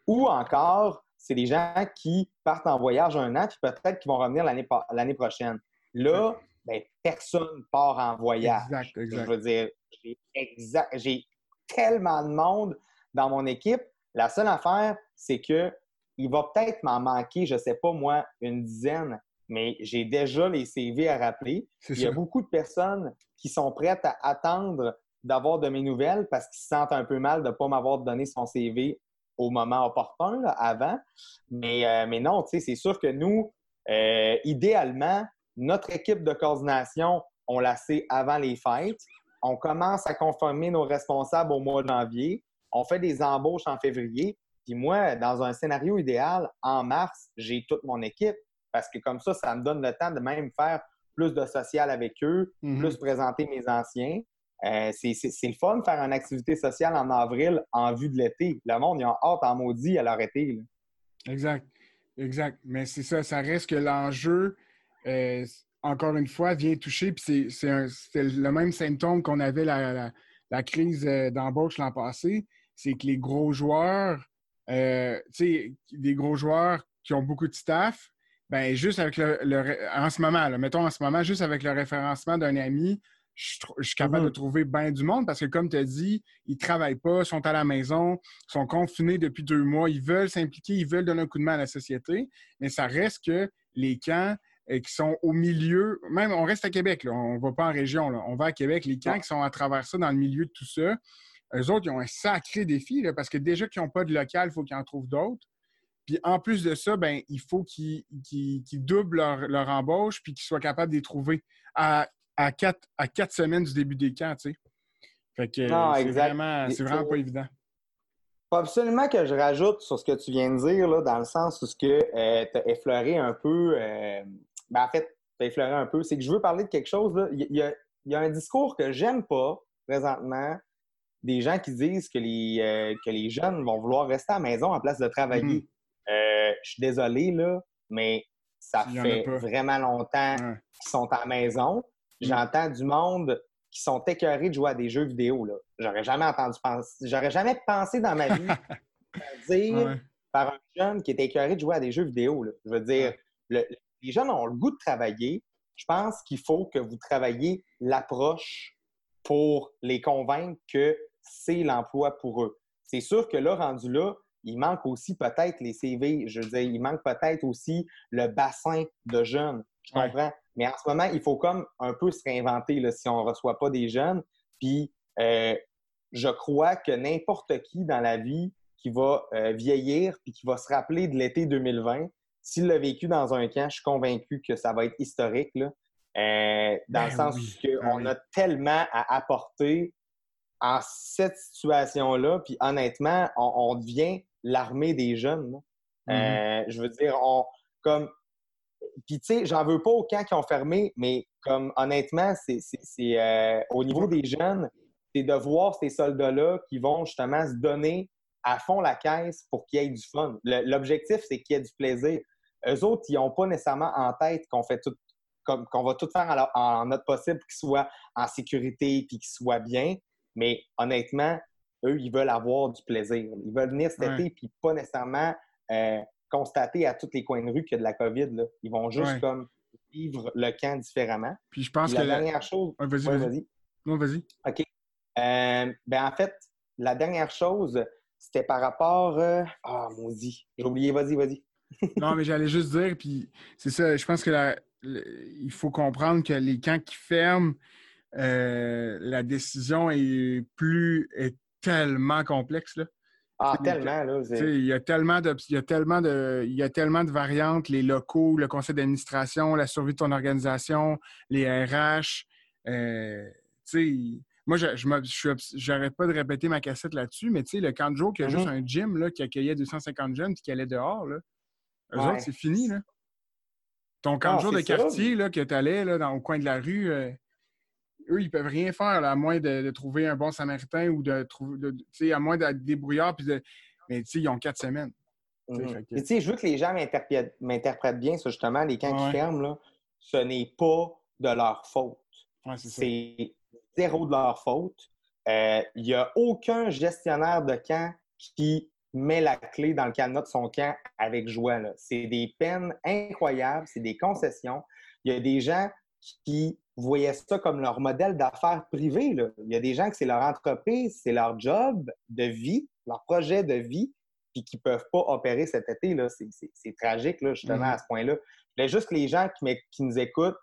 Ou encore, c'est des gens qui partent en voyage un an, puis peut-être qu'ils vont revenir l'année prochaine. Là, ben, personne part en voyage. Exact, Je exact. veux dire, j'ai tellement de monde dans mon équipe. La seule affaire, c'est que il va peut-être m'en manquer, je ne sais pas moi, une dizaine, mais j'ai déjà les CV à rappeler. C'est Il y a ça. beaucoup de personnes qui sont prêtes à attendre d'avoir de mes nouvelles parce qu'ils se sentent un peu mal de ne pas m'avoir donné son CV au moment opportun, là, avant. Mais non, tu sais, c'est sûr que nous, idéalement, notre équipe de coordination, on la sait avant les fêtes. On commence à confirmer nos responsables au mois de janvier. On fait des embauches en février. Puis moi, dans un scénario idéal, en mars, j'ai toute mon équipe parce que comme ça me donne le temps de même faire plus de social avec eux, plus présenter mes anciens. C'est le fun de faire une activité sociale en avril en vue de l'été. Le monde, ils ont hâte en maudit à leur été. Là. Exact. Exact. Mais c'est ça, ça reste que l'enjeu, encore une fois, vient toucher. Puis c'est le même symptôme qu'on avait la crise d'embauche l'an passé. C'est que les gros joueurs, tu sais, des gros joueurs qui ont beaucoup de staff, ben juste avec en ce moment, là, mettons en ce moment, juste avec le référencement d'un ami, je suis capable de trouver bien du monde parce que, comme tu as dit, ils ne travaillent pas, sont à la maison, sont confinés depuis 2 mois, ils veulent s'impliquer, ils veulent donner un coup de main à la société, mais ça reste que les camps qui sont au milieu, même on reste à Québec, là, on ne va pas en région, là, on va à Québec, les camps qui sont à travers ça, dans le milieu de tout ça, eux autres, ils ont un sacré défi là, parce que déjà qu'ils n'ont pas de local, il faut qu'ils en trouvent d'autres. Puis en plus de ça, ben, il faut qu'ils doublent leur embauche puis qu'ils soient capables de les trouver à 4 semaines du début des camps, tu sais. Fait que Non, c'est exact. vraiment pas évident. Faut absolument que je rajoute sur ce que tu viens de dire, là, dans le sens où tu as effleuré un peu. En fait, tu as effleuré un peu. C'est que je veux parler de quelque chose. Là. Il y a un discours que j'aime pas présentement, des gens qui disent que les jeunes vont vouloir rester à la maison en place de travailler. Je suis désolé, là, mais ça Il n'y en a fait pas. vraiment longtemps Ouais. qu'ils sont à la maison. J'entends du monde qui sont écœurés de jouer à des jeux vidéo. Là. J'aurais jamais pensé dans ma vie dire Ouais. par un jeune qui est écœuré de jouer à des jeux vidéo. Là. Je veux dire, Ouais. les jeunes ont le goût de travailler. Je pense qu'il faut que vous travailliez l'approche pour les convaincre que c'est l'emploi pour eux. C'est sûr que là, rendu là, il manque aussi peut-être les CV. Je veux dire, il manque peut-être aussi le bassin de jeunes. Je comprends. Mais en ce moment, il faut comme un peu se réinventer là, si on ne reçoit pas des jeunes. Puis, je crois que n'importe qui dans la vie qui va vieillir puis qui va se rappeler de l'été 2020, s'il l'a vécu dans un camp, je suis convaincu que ça va être historique. Là. Dans le sens qu'on a tellement à apporter en cette situation-là, puis honnêtement, on devient l'armée des jeunes. Je veux dire, comme, puis tu sais, j'en veux pas aux camps qui ont fermé, mais comme honnêtement, c'est au niveau des jeunes, c'est de voir ces soldats-là qui vont justement se donner à fond la caisse pour qu'il y ait du fun. L'objectif, c'est qu'il y ait du plaisir. Eux autres, ils n'ont pas nécessairement en tête qu'on fait tout, qu'on va tout faire en notre possible pour qu'ils soient en sécurité puis qu'ils soient bien. Mais honnêtement, eux, ils veulent avoir du plaisir. Ils veulent venir cet été puis pas nécessairement constater à tous les coins de rue qu'il y a de la COVID. Là. Ils vont juste comme vivre le camp différemment. Puis je pense puis la dernière chose... vas-y. Non, vas-y. OK. En fait, la dernière chose, c'était par rapport... maudit. J'ai oublié. Vas-y. Non, mais j'allais juste dire, puis c'est ça, je pense que il faut comprendre que les camps qui ferment, la décision est tellement complexe, là. Tellement, là. Il y a tellement de variantes, les locaux, le conseil d'administration, la survie de ton organisation, les RH. Moi, j'arrête pas de répéter ma cassette là-dessus, mais le camp de jour, qui a juste un gym là, qui accueillait 250 jeunes et qui allait dehors, là, eux autres, c'est fini. Là. Ton camp de jour de quartier là, que tu allais là, au coin de la rue, eux, ils peuvent rien faire là, à moins de trouver un bon samaritain ou à moins d'être débrouillard. Mais ils ont 4 semaines. Je veux que les gens m'interprètent bien, ça, justement, les camps qui ferment, là, ce n'est pas de leur faute. C'est zéro de leur faute. Il n'y a aucun gestionnaire de camp qui met la clé dans le cadenas de son camp avec joie. Là. C'est des peines incroyables, c'est des concessions. Il y a des gens qui voyaient ça comme leur modèle d'affaires privé. Là. Il y a des gens que c'est leur entreprise, c'est leur job de vie, leur projet de vie, puis qui ne peuvent pas opérer cet été. Là. C'est tragique, là, justement, à ce point-là. Je voulais juste que les gens qui nous écoutent,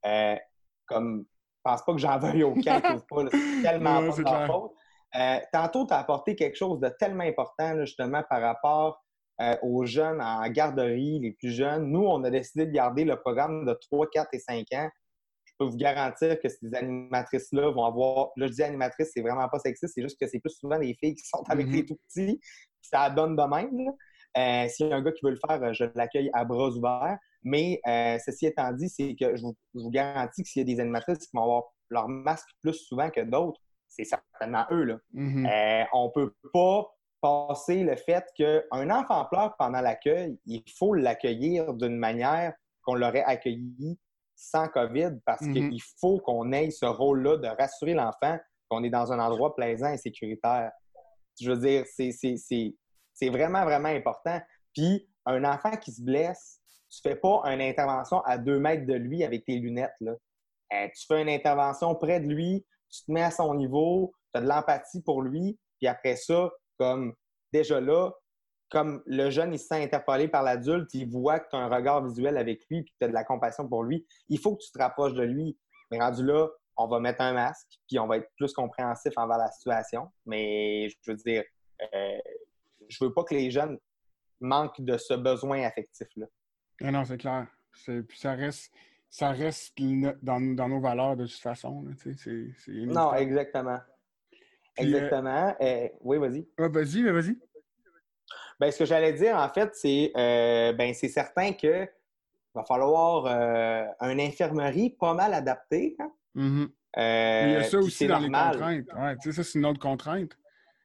comme, je pense pas que j'en veuille au camp, c'est tellement non, pas de leur faute. Tantôt, tu as apporté quelque chose de tellement important, là, justement, par rapport aux jeunes en garderie, les plus jeunes. Nous, on a décidé de garder le programme de 3, 4 et 5 ans. Je peux vous garantir que ces animatrices-là vont avoir... Là, je dis animatrices, c'est vraiment pas sexiste, c'est juste que c'est plus souvent des filles qui sont avec les tout-petits. Ça donne de même. S'il y a un gars qui veut le faire, je l'accueille à bras ouverts. Mais ceci étant dit, c'est que je vous garantis que s'il y a des animatrices qui vont avoir leur masque plus souvent que d'autres, c'est certainement eux. Là. On ne peut pas passer le fait qu'un enfant pleure pendant l'accueil, il faut l'accueillir d'une manière qu'on l'aurait accueilli sans COVID parce qu'il faut qu'on ait ce rôle-là de rassurer l'enfant qu'on est dans un endroit plaisant et sécuritaire. Je veux dire, c'est vraiment, vraiment important. Puis, un enfant qui se blesse, tu ne fais pas une intervention à 2 mètres de lui avec tes lunettes. Là. Tu fais une intervention près de lui, tu te mets à son niveau, tu as de l'empathie pour lui, puis après ça, comme déjà là, comme le jeune, il se sent interpellé par l'adulte, il voit que tu as un regard visuel avec lui, puis que tu as de la compassion pour lui, il faut que tu te rapproches de lui. Mais rendu là, on va mettre un masque, puis on va être plus compréhensif envers la situation. Mais je veux dire, je veux pas que les jeunes manquent de ce besoin affectif-là. Ah non, c'est clair. Puis ça reste dans nos valeurs de toute façon. Là, c'est non, exactement. Puis, exactement. Oui, vas-y. Vas-y. Ben, ce que j'allais dire, en fait, c'est certain qu'il va falloir une infirmerie pas mal adaptée. Hein? Mais il y a ça aussi dans normal. les contraintes. Ouais, ça, c'est une autre contrainte.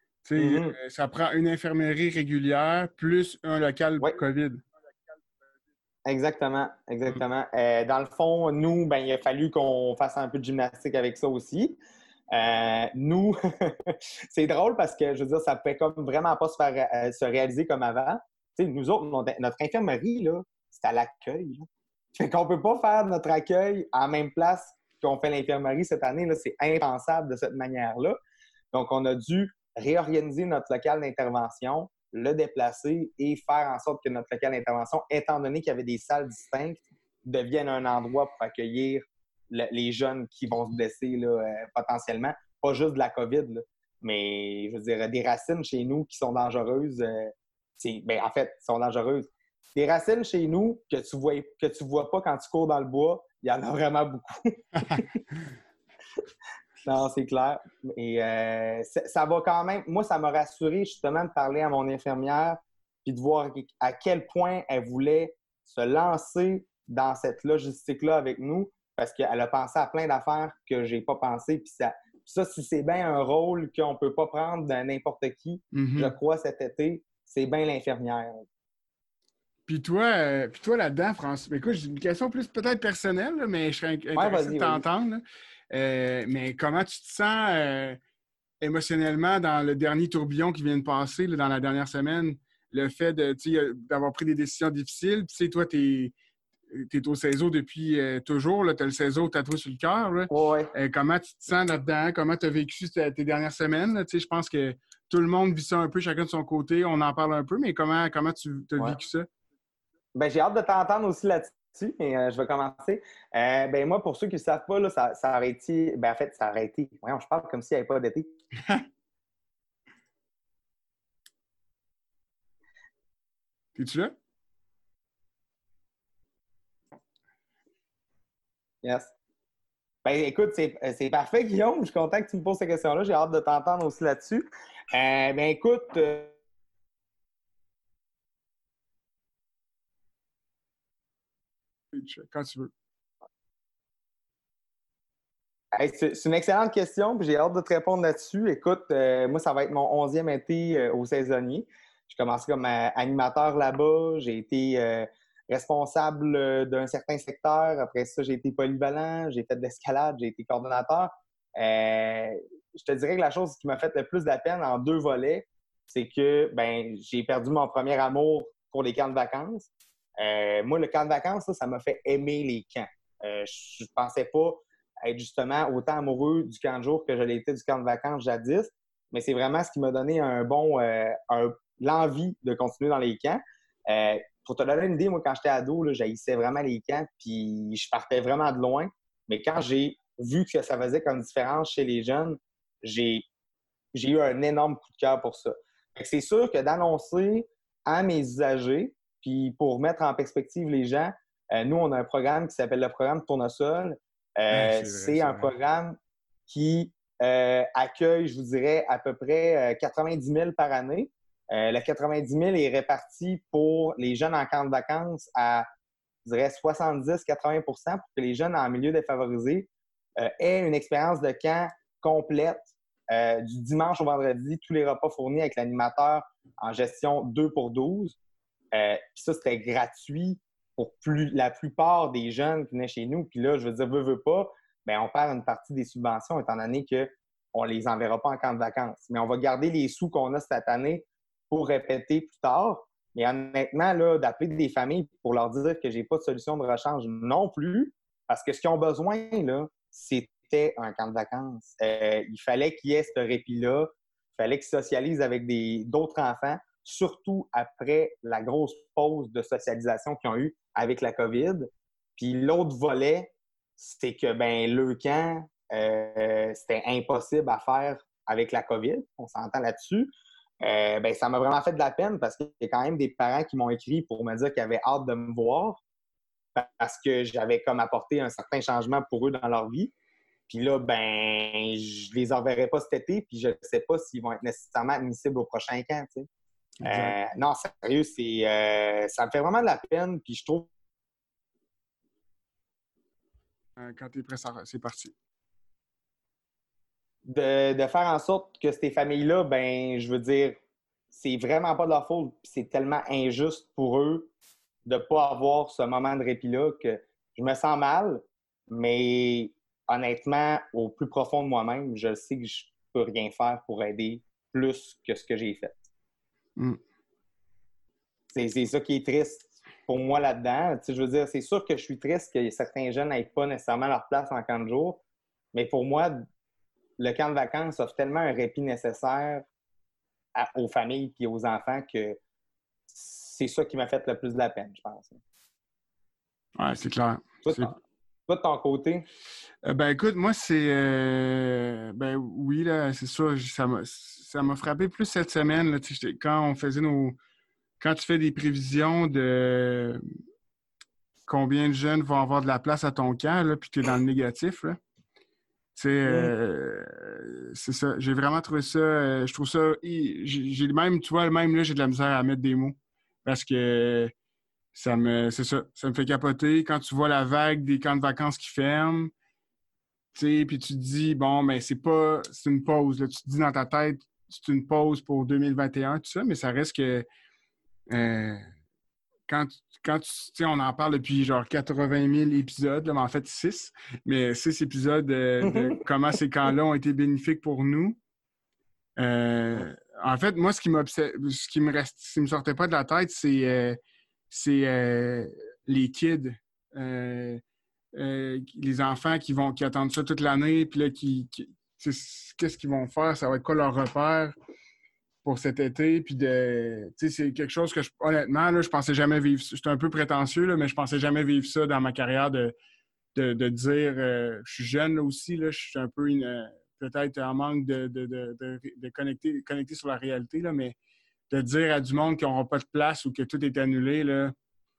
Ça prend une infirmerie régulière plus un local COVID. Exactement. Dans le fond, nous, ben, il a fallu qu'on fasse un peu de gymnastique avec ça aussi. Nous, c'est drôle parce que, je veux dire, ça ne peut comme vraiment pas se réaliser comme avant. Tu sais, nous autres, notre infirmerie, là, c'est à l'accueil. Là. Fait qu'on ne peut pas faire notre accueil à la même place qu'on fait l'infirmerie cette année. Là, c'est impensable de cette manière-là. Donc, on a dû réorganiser notre local d'intervention, le déplacer et faire en sorte que notre local d'intervention, étant donné qu'il y avait des salles distinctes, devienne un endroit pour accueillir les jeunes qui vont se blesser là, potentiellement. Pas juste de la COVID, là, mais je veux dire, des racines chez nous qui sont dangereuses. En fait, sont dangereuses. Des racines chez nous que tu vois pas quand tu cours dans le bois, il y en a vraiment beaucoup. Non, c'est clair. Et ça va quand même... Moi, ça m'a rassuré justement de parler à mon infirmière puis de voir à quel point elle voulait se lancer dans cette logistique-là avec nous parce qu'elle a pensé à plein d'affaires que j'ai pas pensé. Puis ça, si c'est bien un rôle qu'on peut pas prendre de n'importe qui, je crois, cet été, c'est bien l'infirmière. Puis toi là-dedans, François, écoute, j'ai une question plus peut-être personnelle, là, mais je serais intéressé de t'entendre. Mais comment tu te sens émotionnellement dans le dernier tourbillon qui vient de passer, là, dans la dernière semaine? Le fait d'avoir pris des décisions difficiles. Puis toi, tu es au CESO depuis toujours. Tu as le CESO tatoué sur le cœur. Ouais. Comment tu te sens là-dedans? Comment tu as vécu tes dernières semaines? Là? Je pense que tout le monde vit ça un peu, chacun de son côté. On en parle un peu, mais comment tu as vécu ça? Ben, j'ai hâte de t'entendre aussi là-dessus, mais je vais commencer. Ben, moi, pour ceux qui ne savent pas, là, ça a été... Ben, en fait, ça a été... Voyons, je parle comme s'il n'y avait pas d'été. Es-tu là? Yes. Ben, écoute, c'est parfait, Guillaume. Je suis content que tu me poses cette question-là. J'ai hâte de t'entendre aussi là-dessus. Ben, écoute... Quand tu veux. Hey, c'est une excellente question, puis j'ai hâte de te répondre là-dessus. Écoute, moi, ça va être mon 11e été au saisonnier. J'ai commencé comme animateur là-bas. J'ai été responsable d'un certain secteur. Après ça, j'ai été polyvalent. J'ai fait de l'escalade. J'ai été coordonnateur. Je te dirais que la chose qui m'a fait le plus de la peine en 2 volets, c'est que ben, j'ai perdu mon premier amour pour les camps de vacances. Moi, le camp de vacances, ça m'a fait aimer les camps. Je pensais pas être justement autant amoureux du camp de jour que je l'étais du camp de vacances jadis, mais c'est vraiment ce qui m'a donné l'envie de continuer dans les camps. Pour te donner une idée, moi, quand j'étais ado, là, j'haïssais vraiment les camps, puis je partais vraiment de loin. Mais quand j'ai vu que ça faisait comme différence chez les jeunes, j'ai eu un énorme coup de cœur pour ça. C'est sûr que d'annoncer à mes usagers, puis pour mettre en perspective les gens, nous, on a un programme qui s'appelle le programme Tournesol. C'est un programme qui accueille, je vous dirais, à peu près 90 000 par année. Le 90 000 est réparti pour les jeunes en camp de vacances à, je dirais, 70-80 pour que les jeunes en milieu défavorisé aient une expérience de camp complète du dimanche au vendredi, tous les repas fournis avec l'animateur en gestion 2 pour 12. Puis ça, c'était gratuit pour la plupart des jeunes qui venaient chez nous. Puis là, je veux dire, veut pas, bien, on perd une partie des subventions étant donné qu'on ne les enverra pas en camp de vacances. Mais on va garder les sous qu'on a cette année pour répéter plus tard. Mais honnêtement, là, d'appeler des familles pour leur dire que j'ai pas de solution de rechange non plus, parce que ce qu'ils ont besoin, là, c'était un camp de vacances. Il fallait qu'il y ait ce répit-là. Il fallait qu'ils socialisent avec d'autres enfants, surtout après la grosse pause de socialisation qu'ils ont eue avec la COVID. Puis l'autre volet, c'est que ben le camp, c'était impossible à faire avec la COVID. On s'entend là-dessus. Ben, ça m'a vraiment fait de la peine parce qu'il y a quand même des parents qui m'ont écrit pour me dire qu'ils avaient hâte de me voir parce que j'avais comme apporté un certain changement pour eux dans leur vie. Puis là, ben, je les enverrai pas cet été, puis je ne sais pas s'ils vont être nécessairement admissibles au prochain camp, tu sais. Non, sérieux, ça me fait vraiment de la peine, puis je trouve... Quand tu es prêt, c'est parti. De faire en sorte que ces familles-là, ben, je veux dire, c'est vraiment pas de leur faute, puis c'est tellement injuste pour eux de ne pas avoir ce moment de répit-là que je me sens mal, mais honnêtement, au plus profond de moi-même, je sais que je peux rien faire pour aider plus que ce que j'ai fait. Mm. C'est ça qui est triste pour moi là-dedans. Tu sais, je veux dire, c'est sûr que je suis triste que certains jeunes n'aient pas nécessairement leur place en camp de jour, mais pour moi, le camp de vacances offre tellement un répit nécessaire aux familles et aux enfants que c'est ça qui m'a fait le plus de la peine, je pense. Ouais, c'est clair. Toi, de ton côté? Ben écoute, moi, ben oui, là, c'est sûr, ça m'a frappé plus cette semaine, là, quand on faisait Quand tu fais des prévisions de combien de jeunes vont avoir de la place à ton camp, là, puis tu es dans le négatif, là. C'est ça. J'ai vraiment trouvé ça. Je trouve ça. J'ai même, tu vois, même là, j'ai de la misère à mettre des mots. Parce que c'est ça. Ça me fait capoter. Quand tu vois la vague des camps de vacances qui ferment, tu sais, puis tu te dis, bon, ben, c'est une pause. Là. Tu te dis dans ta tête, c'est une pause pour 2021, tout ça, mais ça reste que euh, quand tu sais, on en parle depuis genre 80 000 épisodes, là, mais en fait 6, mais 6 épisodes de comment ces camps-là ont été bénéfiques pour nous. En fait, moi, ce qui me sortait pas de la tête, c'est les kids. Les enfants qui attendent ça toute l'année, puis là, qu'est-ce qu'ils vont faire? Ça va être quoi leur repère pour cet été? Puis c'est quelque chose que, honnêtement, là, je pensais jamais vivre. C'est un peu prétentieux, là, mais je pensais jamais vivre ça dans ma carrière de dire, je suis jeune là, aussi, là, je suis un peu peut-être en manque de connecter sur la réalité, là, mais de dire à du monde qu'ils n'auront pas de place ou que tout est annulé, là,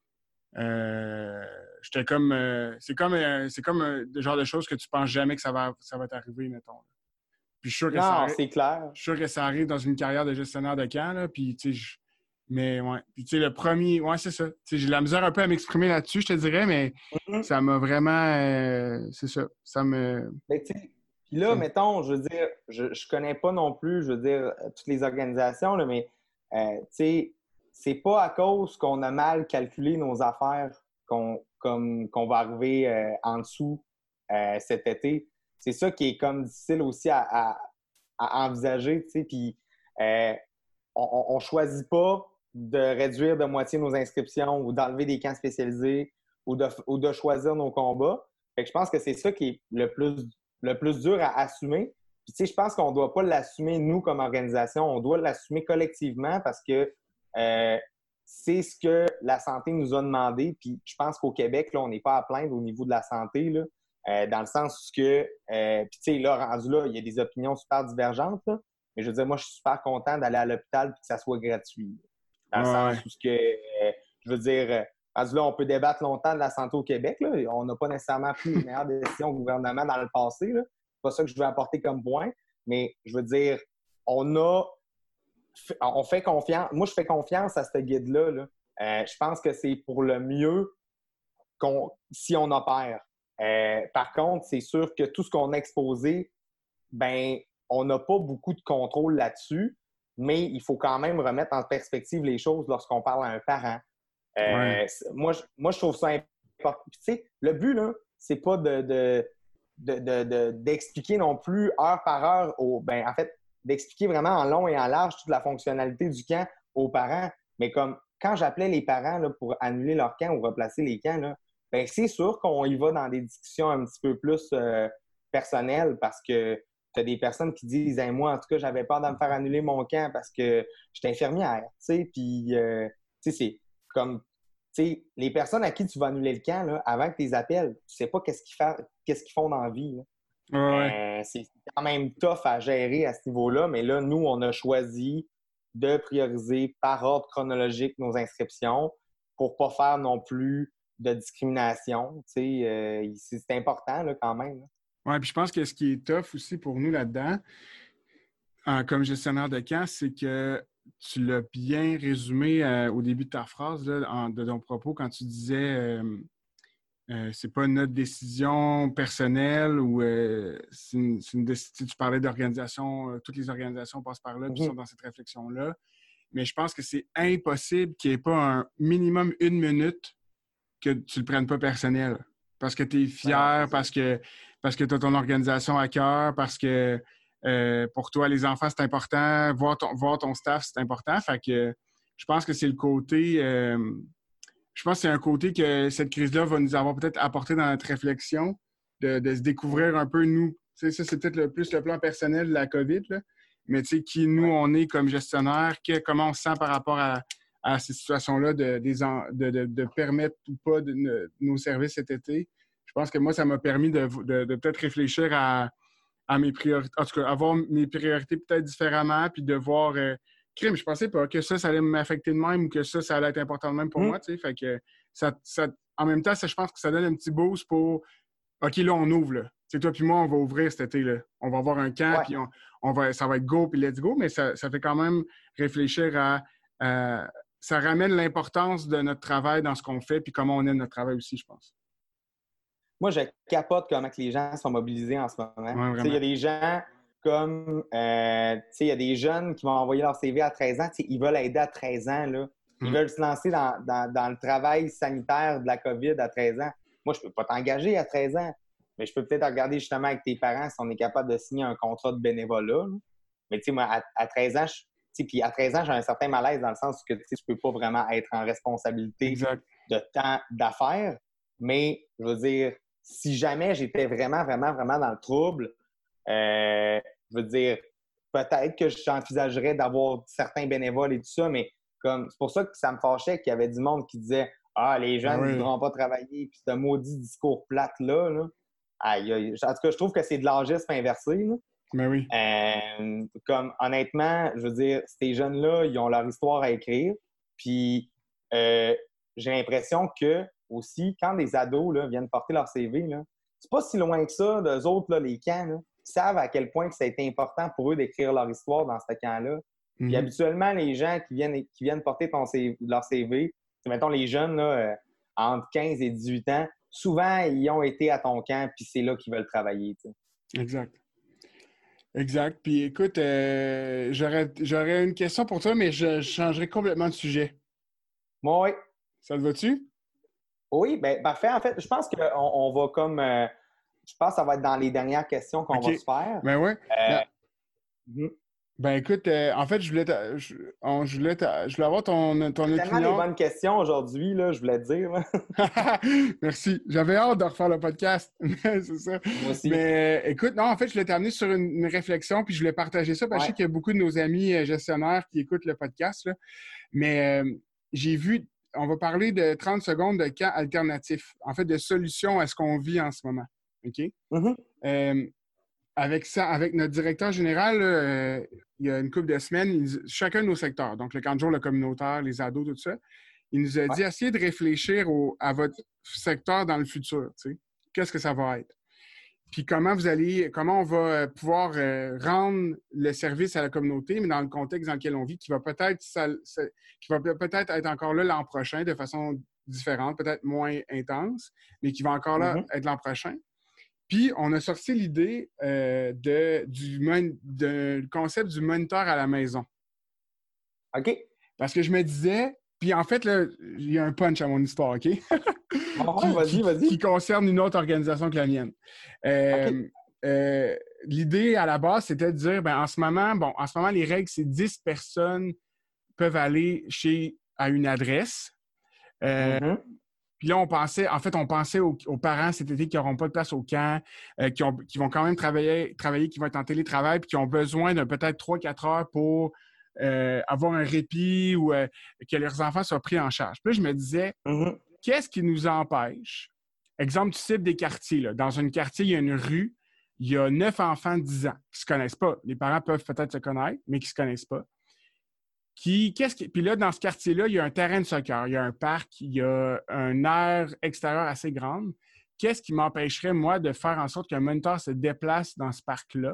j'étais comme c'est comme le genre de choses que tu penses jamais que ça va t'arriver, mettons. Puis je suis sûr que Non, c'est clair. je suis sûr que ça arrive dans une carrière de gestionnaire de camp, là, puis tu sais, mais ouais. Puis tu sais, le premier, ouais, c'est ça. Tu sais, j'ai de la misère un peu à m'exprimer là-dessus, je te dirais, mais ça m'a vraiment, c'est ça. Ça me... Mais tu sais, puis là, mettons, je veux dire, je connais pas non plus, je veux dire, toutes les organisations, là, mais tu sais, c'est pas à cause qu'on a mal calculé nos affaires qu'on va arriver en dessous cet été. C'est ça qui est comme difficile aussi à envisager, tu sais, puis on choisit pas de réduire de moitié nos inscriptions ou d'enlever des camps spécialisés ou de choisir nos combats. Fait que je pense que c'est ça qui est le plus dur à assumer. Puis, tu sais, je pense qu'on ne doit pas l'assumer, nous, comme organisation. On doit l'assumer collectivement parce que c'est ce que la santé nous a demandé. Puis, je pense qu'au Québec, là, on n'est pas à plaindre au niveau de la santé, là, dans le sens que, puis, tu sais, là, rendu là, il y a des opinions super divergentes, là, mais je veux dire, moi, je suis super content d'aller à l'hôpital et que ça soit gratuit. Dans le sens où, je veux dire, rendu là, on peut débattre longtemps de la santé au Québec. Là. On n'a pas nécessairement pris les meilleures décisions au gouvernement dans le passé. Là. C'est pas ça que je veux apporter comme point. Mais je veux dire, on fait confiance. Moi, je fais confiance à ce guide-là. Là. Je pense que c'est pour le mieux si on opère. Par contre, c'est sûr que tout ce qu'on a exposé, ben, on n'a pas beaucoup de contrôle là-dessus, mais il faut quand même remettre en perspective les choses lorsqu'on parle à un parent. Moi, je trouve ça important. Tu sais, le but, là, c'est pas d'expliquer non plus heure par heure en fait, d'expliquer vraiment en long et en large toute la fonctionnalité du camp aux parents. Mais comme quand j'appelais les parents là, pour annuler leur camp ou replacer les camps, là, ben, c'est sûr qu'on y va dans des discussions un petit peu plus personnelles parce que tu as des personnes qui disent hey, moi, en tout cas, j'avais peur de me faire annuler mon camp parce que j'étais infirmière. Puis, tu sais, c'est comme, tu sais, les personnes à qui tu vas annuler le camp, là, avant que tu les appelles, tu sais pas qu'est-ce qu'ils font dans la vie. C'est quand même tough à gérer à ce niveau-là, mais là, nous, on a choisi de prioriser par ordre chronologique nos inscriptions pour pas faire non plus de discrimination. C'est important là, quand même. Oui, puis je pense que ce qui est tough aussi pour nous là-dedans, comme gestionnaire de camp, c'est que tu l'as bien résumé au début de ta phrase, là, de ton propos, quand tu disais c'est pas notre décision personnelle ou c'est une décision. Tu parlais d'organisation, toutes les organisations passent par là puis sont dans cette réflexion-là. Mais je pense que c'est impossible qu'il n'y ait pas un minimum 1 minute que tu ne le prennes pas personnel. Parce que tu es fier, parce que tu as ton organisation à cœur, parce que pour toi, les enfants, c'est important. Voir ton staff, c'est important. Fait que je pense que c'est le côté... je pense que c'est un côté que cette crise-là va nous avoir peut-être apporté dans notre réflexion, de se découvrir un peu, nous. Tu sais, ça, c'est peut-être plus le plan personnel de la COVID, là. Mais tu sais, qui nous, on est comme gestionnaire, comment on se sent par rapport à ces situations-là de permettre ou pas nos services cet été. Je pense que moi, ça m'a permis de peut-être réfléchir à mes priorités, en tout cas, avoir mes priorités peut-être différemment, puis de voir... crime, je pensais pas que ça allait m'affecter de même ou que ça allait être important de même pour moi, tu sais. Fait que en même temps, je pense que ça donne un petit boost pour OK, là, on ouvre, là. Tu sais, toi puis moi, on va ouvrir cet été, là. On va avoir un camp, puis ça va être go, puis let's go, mais ça fait quand même réfléchir ça ramène l'importance de notre travail dans ce qu'on fait, puis comment on aime notre travail aussi, je pense. Moi, je capote comment que les gens sont mobilisés en ce moment. Il y a des gens comme, il y a des jeunes qui vont envoyer leur CV à 13 ans. Ils veulent aider à 13 ans. Là. Ils veulent se lancer dans le travail sanitaire de la COVID à 13 ans. Moi, je ne peux pas t'engager à 13 ans, mais je peux peut-être regarder justement avec tes parents si on est capable de signer un contrat de bénévolat. Là. Mais tu sais, moi, à 13 ans, puis à 13 ans, j'ai un certain malaise dans le sens que je ne peux pas vraiment être en responsabilité de temps d'affaires. Mais, je veux dire, si jamais j'étais vraiment, vraiment, vraiment dans le trouble, je veux dire, peut-être que j'envisagerais d'avoir certains bénévoles et tout ça, mais c'est pour ça que ça me fâchait qu'il y avait du monde qui disait « Ah, les jeunes ne voudront pas travailler », puis ce maudit discours plate-là. Là. En tout cas, je trouve que c'est de l'âgisme inversé. Là. Mais oui. Honnêtement, je veux dire, ces jeunes-là, ils ont leur histoire à écrire. Puis, j'ai l'impression que, aussi, quand des ados là, viennent porter leur CV, là, c'est pas si loin que ça d'eux autres, là, les camps, là, qui savent à quel point que ça a été important pour eux d'écrire leur histoire dans ce camp-là. Puis habituellement, les gens qui viennent porter leur CV, mettons les jeunes là, entre 15 et 18 ans, souvent, ils ont été à ton camp, puis c'est là qu'ils veulent travailler. T'sais. Exact. Puis écoute, j'aurais une question pour toi, mais je changerais complètement de sujet. Moi, oui. Ça te va-tu? Oui, bien, parfait. En fait, je pense qu'on va comme... je pense que ça va être dans les dernières questions qu'on va se faire. Ben oui. Ben écoute, en fait, je voulais avoir ton Tellement des opinion. bonnes questions aujourd'hui, là, je voulais te dire. Là. Merci. J'avais hâte de refaire le podcast. Mais c'est ça. Moi aussi. Mais écoute, non, en fait, je voulais t'amener sur une réflexion, puis je voulais partager ça, parce que je sais Ouais. qu'il y a beaucoup de nos amis gestionnaires qui écoutent le podcast, là. Mais j'ai vu, on va parler de 30 secondes de cas alternatifs, en fait, de solutions à ce qu'on vit en ce moment. OK? Mhm. Euh, avec ça, avec notre directeur général, là, il y a une couple de semaines, chacun de nos secteurs, donc le camp de jour, le communautaire, les ados, tout ça, il nous a Ouais. dit essayez de réfléchir à votre secteur dans le futur. Tu sais. Qu'est-ce que ça va être? Puis comment on va pouvoir rendre le service à la communauté, mais dans le contexte dans lequel on vit, qui va peut-être être encore là l'an prochain de façon différente, peut-être moins intense, mais qui va encore là Mhm. être l'an prochain. Puis, on a sorti l'idée du concept du moniteur à la maison. OK. Parce que je me disais, puis en fait, là, il y a un punch à mon histoire, OK? Ouais, vas-y, Qui vas-y. concerne une autre organisation que la mienne. OK. L'idée à la base, c'était de dire, ben, en ce moment, les règles, c'est 10 personnes peuvent aller à une adresse. Mhm. Puis là, on pensait aux parents cet été qui n'auront pas de place au camp, qui vont quand même travailler, qui vont être en télétravail, puis qui ont besoin de peut-être 3-4 heures pour avoir un répit ou que leurs enfants soient pris en charge. Puis là, je me disais, Mhm. qu'est-ce qui nous empêche? Exemple, tu cibles des quartiers. Là. Dans un quartier, il y a une rue, il y a 9 enfants de 10 ans qui ne se connaissent pas. Les parents peuvent peut-être se connaître, mais qui ne se connaissent pas. Puis là, dans ce quartier-là, il y a un terrain de soccer, il y a un parc, il y a un aire extérieure assez grande. Qu'est-ce qui m'empêcherait, moi, de faire en sorte qu'un moniteur se déplace dans ce parc-là,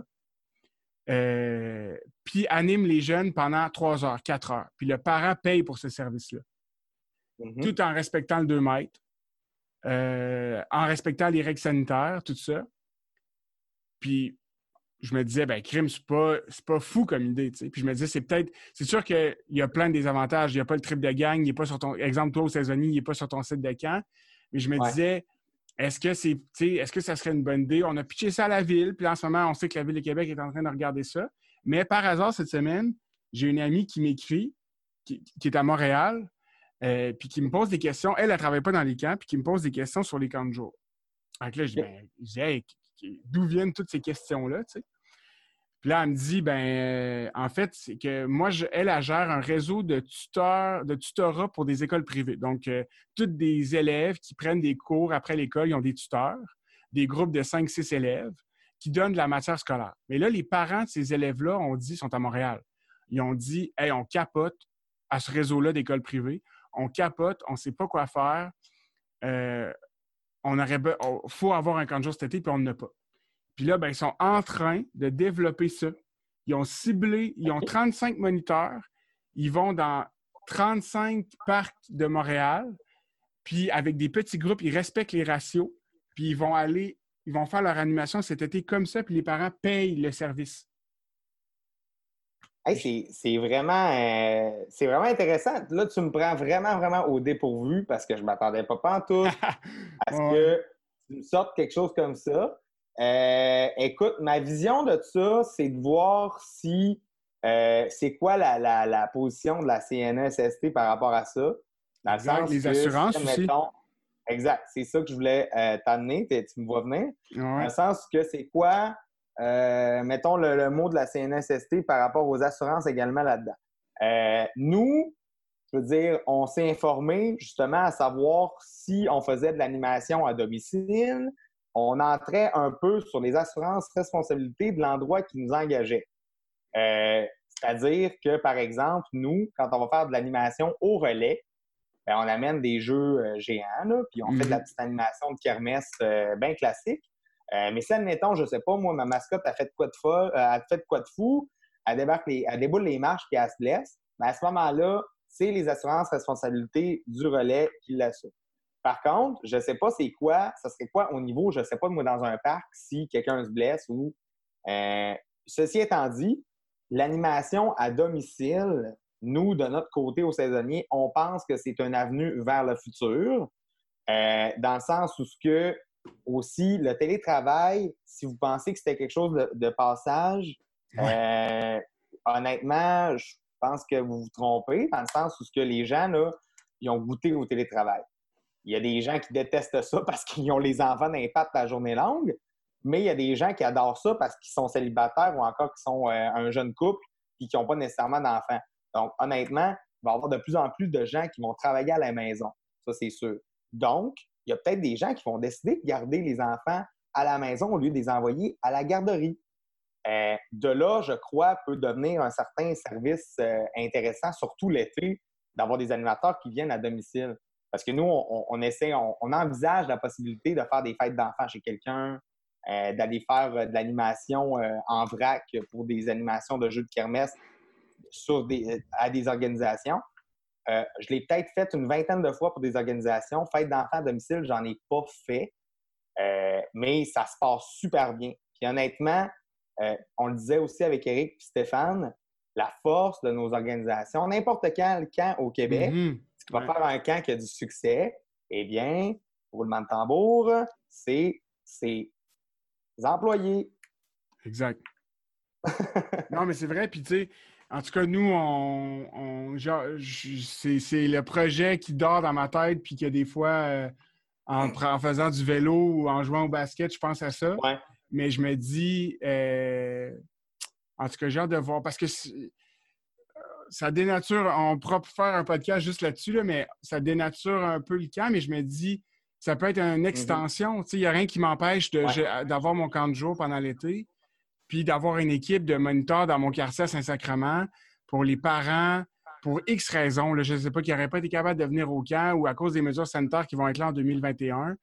puis anime les jeunes pendant 3 heures, 4 heures. Puis le parent paye pour ce service-là, Mhm. tout en respectant le 2 mètres, en respectant les règles sanitaires, tout ça. Puis je me disais, ben crime, c'est pas fou comme idée, tu sais. Puis je me disais, c'est sûr qu'il y a plein de désavantages. Il n'y a pas le trip de gang, il n'est pas sur ton, exemple, toi, aux États-Unis, il n'est pas sur ton site de camp. Mais je me Ouais. disais, est-ce que ça serait une bonne idée? On a pitché ça à la ville, puis en ce moment, on sait que la Ville de Québec est en train de regarder ça. Mais par hasard, cette semaine, j'ai une amie qui m'écrit, qui est à Montréal, puis qui me pose des questions. Elle ne travaille pas dans les camps, puis qui me pose des questions sur les camps de jour. Donc là, je dis, hey, d'où viennent toutes ces questions-là, tu sais? Puis là, elle me dit, en fait, c'est que moi, elle gère un réseau de tutorat pour des écoles privées. Donc, tous des élèves qui prennent des cours après l'école, ils ont des tuteurs, des groupes de 5-6 élèves qui donnent de la matière scolaire. Mais là, les parents de ces élèves-là, sont à Montréal. Ils ont dit, hey, on capote à ce réseau-là d'écoles privées. On capote, on ne sait pas quoi faire. Faut avoir un camp de jour cet été, puis on n'en a pas. Puis là, ils sont en train de développer ça. Ils ont ciblé, ils ont 35 moniteurs. Ils vont dans 35 parcs de Montréal. Puis avec des petits groupes, ils respectent les ratios. Puis ils vont faire leur animation cet été comme ça. Puis les parents payent le service. Hey, c'est vraiment intéressant. Là, tu me prends vraiment, vraiment au dépourvu parce que je ne m'attendais pas pantoute à ce Ouais. que tu me sortes quelque chose comme ça. Écoute, ma vision de ça, c'est de voir si c'est quoi la position de la CNESST par rapport à ça. Dans le Exact. sens Les que, si, assurances aussi. admettons, exact, c'est ça que je voulais t'amener, tu me vois venir. Dans Ouais. le sens que c'est quoi, mettons, le mot de la CNSST par rapport aux assurances également là-dedans. Nous, je veux dire, on s'est informé justement à savoir si on faisait de l'animation à domicile. On entrait un peu sur les assurances responsabilités de l'endroit qui nous engageait. C'est-à-dire que, par exemple, nous, quand on va faire de l'animation au relais, on amène des jeux géants, là, puis on fait de la petite animation de kermesse bien classique. Mais si, admettons, je sais pas, moi, ma mascotte a fait de quoi de fou, elle déboule les marches puis elle se blesse, à ce moment-là, c'est les assurances responsabilités du relais qui l'assurent. Par contre, je sais pas ça serait quoi au niveau, je sais pas, moi, dans un parc, si quelqu'un se blesse ou... ceci étant dit, l'animation à domicile, nous, de notre côté, aux saisonniers, on pense que c'est une avenue vers le futur, dans le sens où aussi, le télétravail, si vous pensez que c'était quelque chose de passage, Ouais. honnêtement, je pense que vous vous trompez dans le sens où ce que les gens, là, ils ont goûté au télétravail. Il y a des gens qui détestent ça parce qu'ils ont les enfants dans les pattes la journée longue, mais il y a des gens qui adorent ça parce qu'ils sont célibataires ou encore qui sont un jeune couple et qui n'ont pas nécessairement d'enfants. Donc, honnêtement, il va y avoir de plus en plus de gens qui vont travailler à la maison. Ça, c'est sûr. Donc, il y a peut-être des gens qui vont décider de garder les enfants à la maison au lieu de les envoyer à la garderie. De là, je crois, peut devenir un certain service intéressant, surtout l'été, d'avoir des animateurs qui viennent à domicile. Parce que nous, on envisage la possibilité de faire des fêtes d'enfants chez quelqu'un, d'aller faire de l'animation en vrac pour des animations de jeux de kermesse à des organisations. Je l'ai peut-être fait une vingtaine de fois pour des organisations. Fêtes d'enfants à domicile, j'en ai pas fait, mais ça se passe super bien. Puis honnêtement, on le disait aussi avec Eric et Stéphane, la force de nos organisations, n'importe quel camp au Québec, ce qui va faire un camp qui a du succès, eh bien, roulement de tambour, c'est ses employés. Exact. Non, mais c'est vrai. Puis, tu sais, en tout cas, nous, c'est le projet qui dort dans ma tête, puis que des fois, en faisant du vélo ou en jouant au basket, je pense à ça. Ouais. Mais je me dis, en tout cas, j'ai hâte de voir, parce que ça dénature, on pourra faire un podcast juste là-dessus, là, mais ça dénature un peu le camp, mais je me dis, ça peut être une extension. Tu sais, il n'y a rien qui m'empêche d'avoir mon camp de jour pendant l'été, puis d'avoir une équipe de moniteurs dans mon quartier à Saint-Sacrement pour les parents, pour X raisons. Là, je ne sais pas, qui n'auraient pas été capables de venir au camp ou à cause des mesures sanitaires qui vont être là en 2021.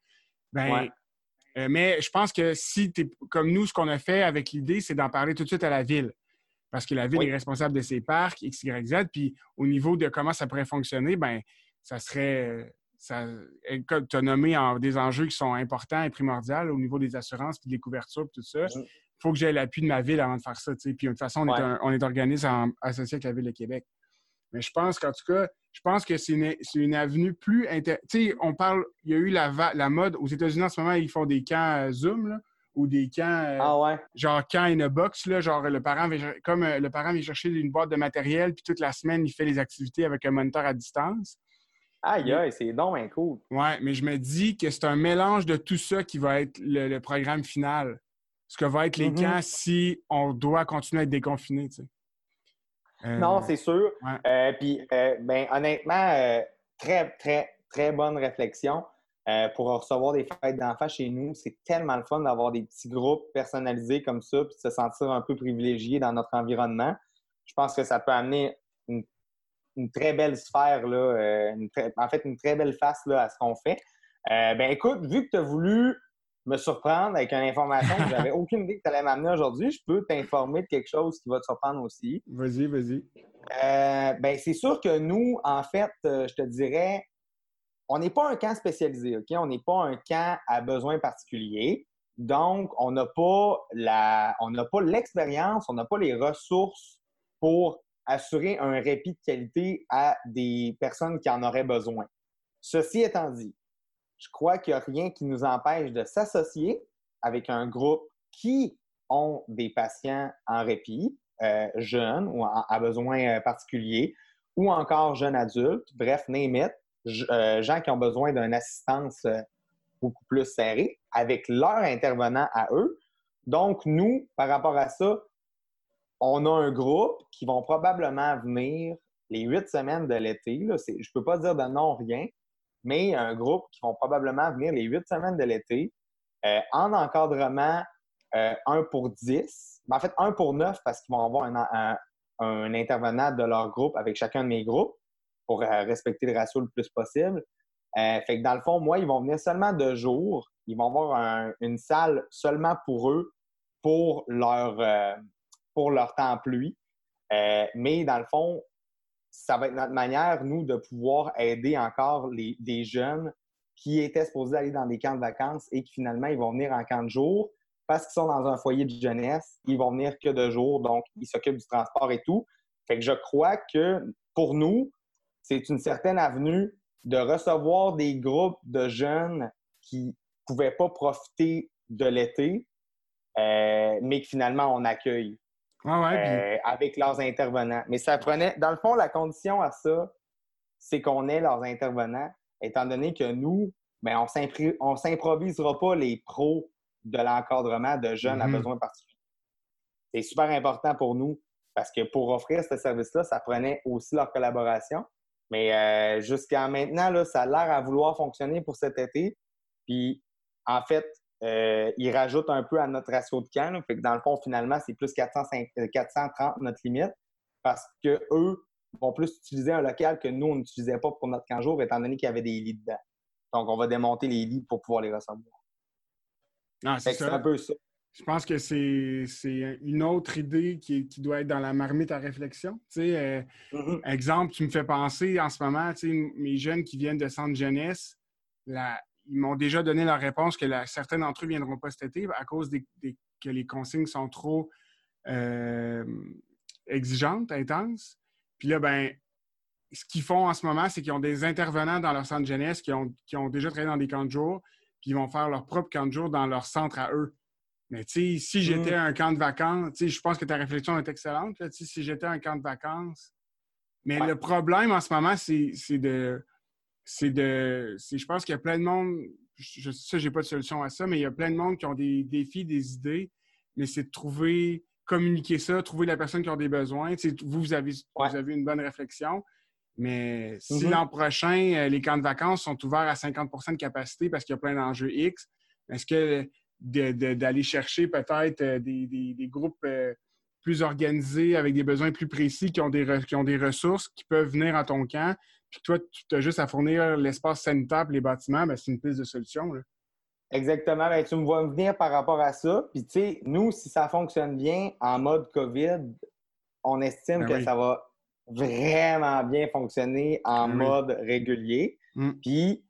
Mais je pense que si tu es comme nous, ce qu'on a fait avec l'idée, c'est d'en parler tout de suite à la ville. Parce que la ville est responsable de ses parcs, X, Y, Z. Puis au niveau de comment ça pourrait fonctionner, bien, ça serait... tu as nommé des enjeux qui sont importants et primordiaux au niveau des assurances puis des couvertures et tout ça. Il faut que j'aie l'appui de ma ville avant de faire ça. T'sais. Puis de toute façon, on est organisé associé avec la Ville de Québec. Mais je pense qu'en tout cas, c'est une avenue plus... Tu sais, on parle... Il y a eu la mode... Aux États-Unis, en ce moment, ils font des camps Zoom, là, ou des camps... genre camp in a box, là, genre le parent vient chercher une boîte de matériel, puis toute la semaine, il fait les activités avec un moniteur à distance. Aïe, c'est donc bien cool. Oui, mais je me dis que c'est un mélange de tout ça qui va être le programme final. Ce que va être les camps si on doit continuer à être déconfiné, tu sais. Non, c'est sûr. Ouais. Puis, honnêtement, très, très, très bonne réflexion. Pour recevoir des fêtes d'enfants chez nous, c'est tellement le fun d'avoir des petits groupes personnalisés comme ça puis de se sentir un peu privilégié dans notre environnement. Je pense que ça peut amener une très belle sphère, là, une très belle face là, à ce qu'on fait. Écoute, vu que tu as voulu me surprendre avec une information que j'avais aucune idée que tu allais m'amener aujourd'hui, je peux t'informer de quelque chose qui va te surprendre aussi. Vas-y. C'est sûr que nous, en fait, je te dirais, on n'est pas un camp spécialisé, OK? On n'est pas un camp à besoins particuliers. Donc, on n'a pas l'expérience, on n'a pas les ressources pour assurer un répit de qualité à des personnes qui en auraient besoin. Ceci étant dit, je crois qu'il n'y a rien qui nous empêche de s'associer avec un groupe qui ont des patients en répit, jeunes ou à besoins particuliers, ou encore jeunes adultes, bref, name it, gens qui ont besoin d'une assistance beaucoup plus serrée avec leur intervenant à eux. Donc, nous, par rapport à ça, on a un groupe qui vont probablement venir les 8 semaines de l'été. Là, je ne peux pas dire de non, rien, mais un groupe qui vont probablement venir les 8 semaines de l'été en encadrement 1 pour 10. En fait, 1 pour 9 parce qu'ils vont avoir un intervenant de leur groupe avec chacun de mes groupes pour respecter le ratio le plus possible. Fait que dans le fond, moi, ils vont venir seulement 2 jours. Ils vont avoir une salle seulement pour eux, pour leur temps en pluie. Mais dans le fond, ça va être notre manière, nous, de pouvoir aider encore des jeunes qui étaient supposés aller dans des camps de vacances et qui finalement, ils vont venir en camp de jour parce qu'ils sont dans un foyer de jeunesse. Ils vont venir que 2 jours, donc ils s'occupent du transport et tout. Fait que je crois que pour nous, c'est une certaine avenue de recevoir des groupes de jeunes qui ne pouvaient pas profiter de l'été, mais que finalement, on accueille. Ah ouais, puis... avec leurs intervenants. Mais ça prenait, dans le fond, la condition à ça, c'est qu'on ait leurs intervenants, étant donné que nous, ben, on s'improvisera pas les pros de l'encadrement de jeunes à besoins particuliers. C'est super important pour nous parce que pour offrir ce service-là, ça prenait aussi leur collaboration. Mais jusqu'à maintenant, là, ça a l'air à vouloir fonctionner pour cet été. Puis, en fait, ils rajoutent un peu à notre ratio de camp. Là. Fait que dans le fond, finalement, c'est plus 430 notre limite parce qu'eux vont plus utiliser un local que nous, on n'utilisait pas pour notre camp jour, étant donné qu'il y avait des lits dedans. Donc, on va démonter les lits pour pouvoir les recevoir. Ah, c'est un peu ça. Je pense que c'est une autre idée qui doit être dans la marmite à réflexion. Tu sais, exemple, tu me fais penser en ce moment, tu sais, mes jeunes qui viennent de centre jeunesse, ils m'ont déjà donné leur réponse que certains d'entre eux ne viendront pas cet été à cause que les consignes sont trop exigeantes, intenses. Puis là, ben, ce qu'ils font en ce moment, c'est qu'ils ont des intervenants dans leur centre jeunesse qui ont déjà travaillé dans des camps de jour, puis ils vont faire leur propre camp de jour dans leur centre à eux. Mais tu sais, si j'étais un camp de vacances, tu sais, je pense que ta réflexion est excellente. Là, si j'étais un camp de vacances. Mais le problème en ce moment, je pense qu'il y a plein de monde, ça, j'ai pas de solution à ça, mais il y a plein de monde qui ont des défis, des idées, mais c'est de communiquer ça, trouver la personne qui a des besoins. Tu sais, vous avez une bonne réflexion. Mais si l'an prochain, les camps de vacances sont ouverts à 50 % de capacité parce qu'il y a plein d'enjeux X, est-ce que d'aller chercher peut-être des groupes plus organisés avec des besoins plus précis qui ont des ressources qui peuvent venir à ton camp, puis toi, tu as juste à fournir l'espace sanitaire et les bâtiments, bien, c'est une piste de solution. Là. Exactement. Bien, tu me vois venir par rapport à ça. Puis, tu sais, nous, si ça fonctionne bien en mode COVID, on estime que ça va vraiment bien fonctionner en mode régulier. Puis,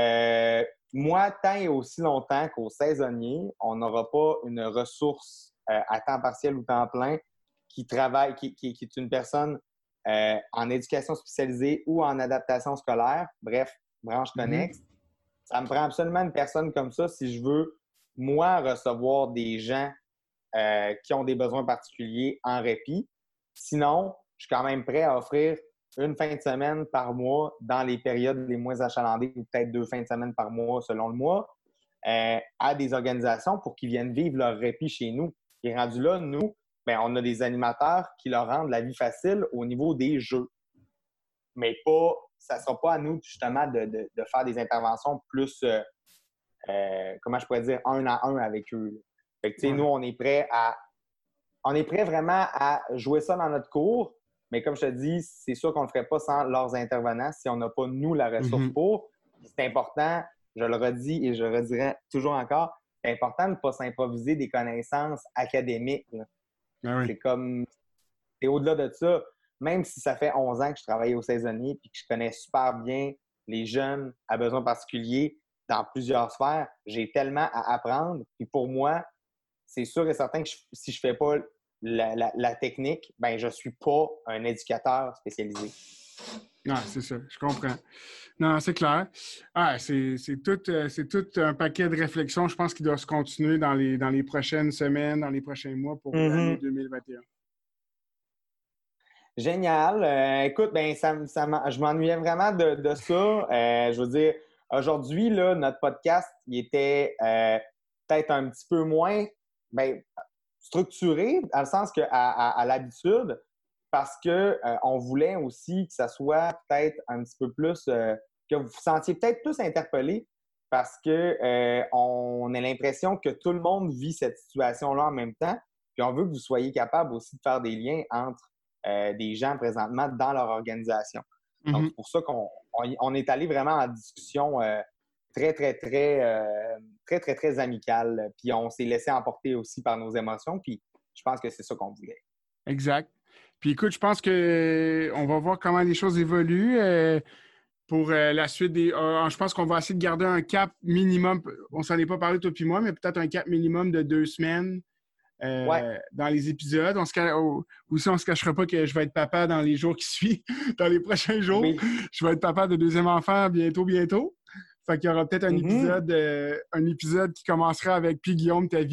moi, tant et aussi longtemps qu'au saisonnier, on n'aura pas une ressource à temps partiel ou temps plein qui travaille, qui est une personne en éducation spécialisée ou en adaptation scolaire, bref, branche connexe. Ça me prend absolument une personne comme ça si je veux, moi, recevoir des gens qui ont des besoins particuliers en répit. Sinon, je suis quand même prêt à offrir une fin de semaine par mois dans les périodes les moins achalandées ou peut-être 2 fins de semaine par mois selon le mois à des organisations pour qu'ils viennent vivre leur répit chez nous. Et rendu là, nous, bien, on a des animateurs qui leur rendent la vie facile au niveau des jeux. Mais ça ne sera pas à nous justement de faire des interventions plus, comment je pourrais dire, 1 à 1 avec eux. Fait que, nous, on est prêt vraiment à jouer ça dans notre cours. Mais comme je te dis, c'est sûr qu'on ne le ferait pas sans leurs intervenants si on n'a pas, nous, la ressource pour. C'est important, je le redis et je le redirai toujours encore, c'est important de ne pas s'improviser des connaissances académiques. C'est au-delà de ça. Même si ça fait 11 ans que je travaille au saisonnier et que je connais super bien les jeunes à besoins particuliers dans plusieurs sphères, j'ai tellement à apprendre. Puis pour moi, c'est sûr et certain que si je ne fais pas la technique, ben je ne suis pas un éducateur spécialisé. Non, c'est ça, je comprends. Non, c'est clair. C'est tout un paquet de réflexions, je pense, qui doit se continuer dans les prochaines semaines, dans les prochains mois pour l'année 2021. Génial. Écoute, ben je m'ennuyais vraiment de ça. Je veux dire, aujourd'hui, là, notre podcast, il était peut-être un petit peu moins structuré, dans le sens qu'à l'habitude, parce qu'on voulait aussi que ça soit peut-être un petit peu plus, que vous vous sentiez peut-être plus interpellé, parce qu'on a l'impression que tout le monde vit cette situation-là en même temps, puis on veut que vous soyez capable aussi de faire des liens entre des gens présentement dans leur organisation. Donc, c'est pour ça qu'on est allé vraiment en discussion très, très, très amicale. Puis on s'est laissé emporter aussi par nos émotions. Puis je pense que c'est ça qu'on voulait. Exact. Puis écoute, je pense qu'on va voir comment les choses évoluent pour la suite je pense qu'on va essayer de garder un cap minimum. On s'en est pas parlé toi puis moi, mais peut-être un cap minimum de 2 semaines. Dans les épisodes. Aussi, on ne se cachera pas que je vais être papa dans les jours qui suivent, dans les prochains jours. Oui. Je vais être papa de 2e enfant bientôt. Fait qu'il y aura peut-être un épisode qui commencera avec « Puis Guillaume, ta vie ».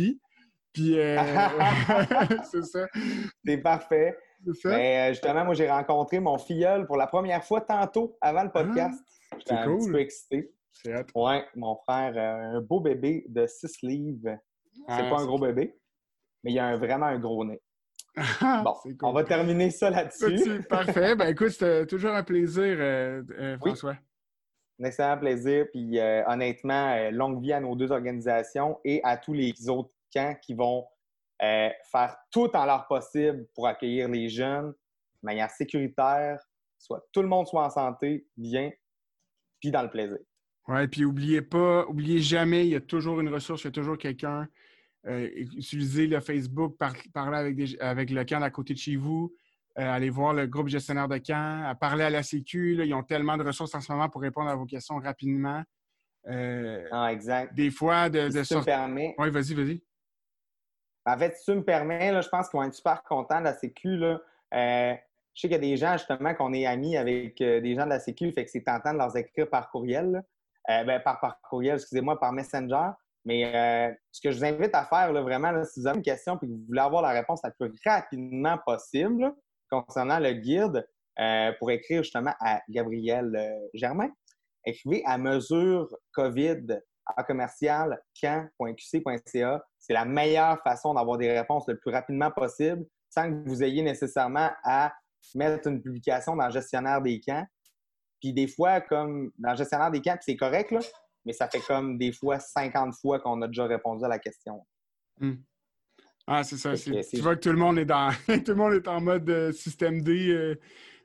Puis, c'est ça. C'est parfait. C'est ça. Mais justement, moi, j'ai rencontré mon filleul pour la première fois tantôt, avant le podcast. J'étais c'est un cool. petit peu excité. C'est hâte. Ouais, mon frère, un beau bébé de 6 livres. C'est pas un gros bébé, mais il a vraiment un gros nez. Bon, cool. On va terminer ça là-dessus. Parfait. Ben écoute, c'était toujours un plaisir, François. Oui. Un excellent plaisir. Puis honnêtement, longue vie à nos deux organisations et à tous les autres camps qui vont faire tout en leur possible pour accueillir les jeunes de manière sécuritaire, tout le monde soit en santé, bien, puis dans le plaisir. Oui, puis oubliez jamais, il y a toujours une ressource, il y a toujours quelqu'un. Utilisez le Facebook, parler avec le camp à côté de chez vous, allez voir le groupe gestionnaire de camp, parler à la Sécu. Là, ils ont tellement de ressources en ce moment pour répondre à vos questions rapidement. Exact. Des fois, de si tu me permets. Oui, vas-y. En fait, si tu me permets, là, je pense qu'ils vont être super contents de la Sécu. Là. Je sais qu'il y a des gens, justement, qu'on est amis avec des gens de la Sécu, fait que c'est tentant de leur écrire par courriel. Par courriel, excusez-moi, par Messenger. Mais ce que je vous invite à faire, là, vraiment, là, si vous avez une question et que vous voulez avoir la réponse la plus rapidement possible là, concernant le guide, pour écrire justement à Gabriel Germain, écrivez à mesure COVID en commercial camp.qc.ca. C'est la meilleure façon d'avoir des réponses le plus rapidement possible sans que vous ayez nécessairement à mettre une publication dans le gestionnaire des camps. Puis des fois, comme dans le gestionnaire des camps, c'est correct, là, mais ça fait comme des fois 50 fois qu'on a déjà répondu à la question. Ah, c'est ça. Tu vois que tout le monde est tout le monde est en mode système D.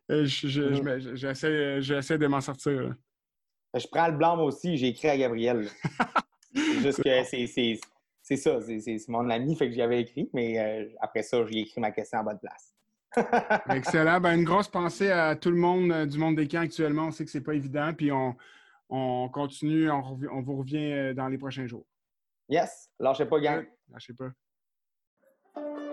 J'essaie de m'en sortir. Là. Je prends le blanc, moi aussi. J'ai écrit à Gabriel. C'est juste que c'est ça. C'est mon ami, fait que j'y avais écrit. Mais après ça, j'ai écrit ma question en bonne place. Excellent. Ben, une grosse pensée à tout le monde du monde des camps actuellement. On sait que c'est pas évident. Puis on continue. On vous revient dans les prochains jours. Yes. Lâchez pas, gang. Lâchez pas.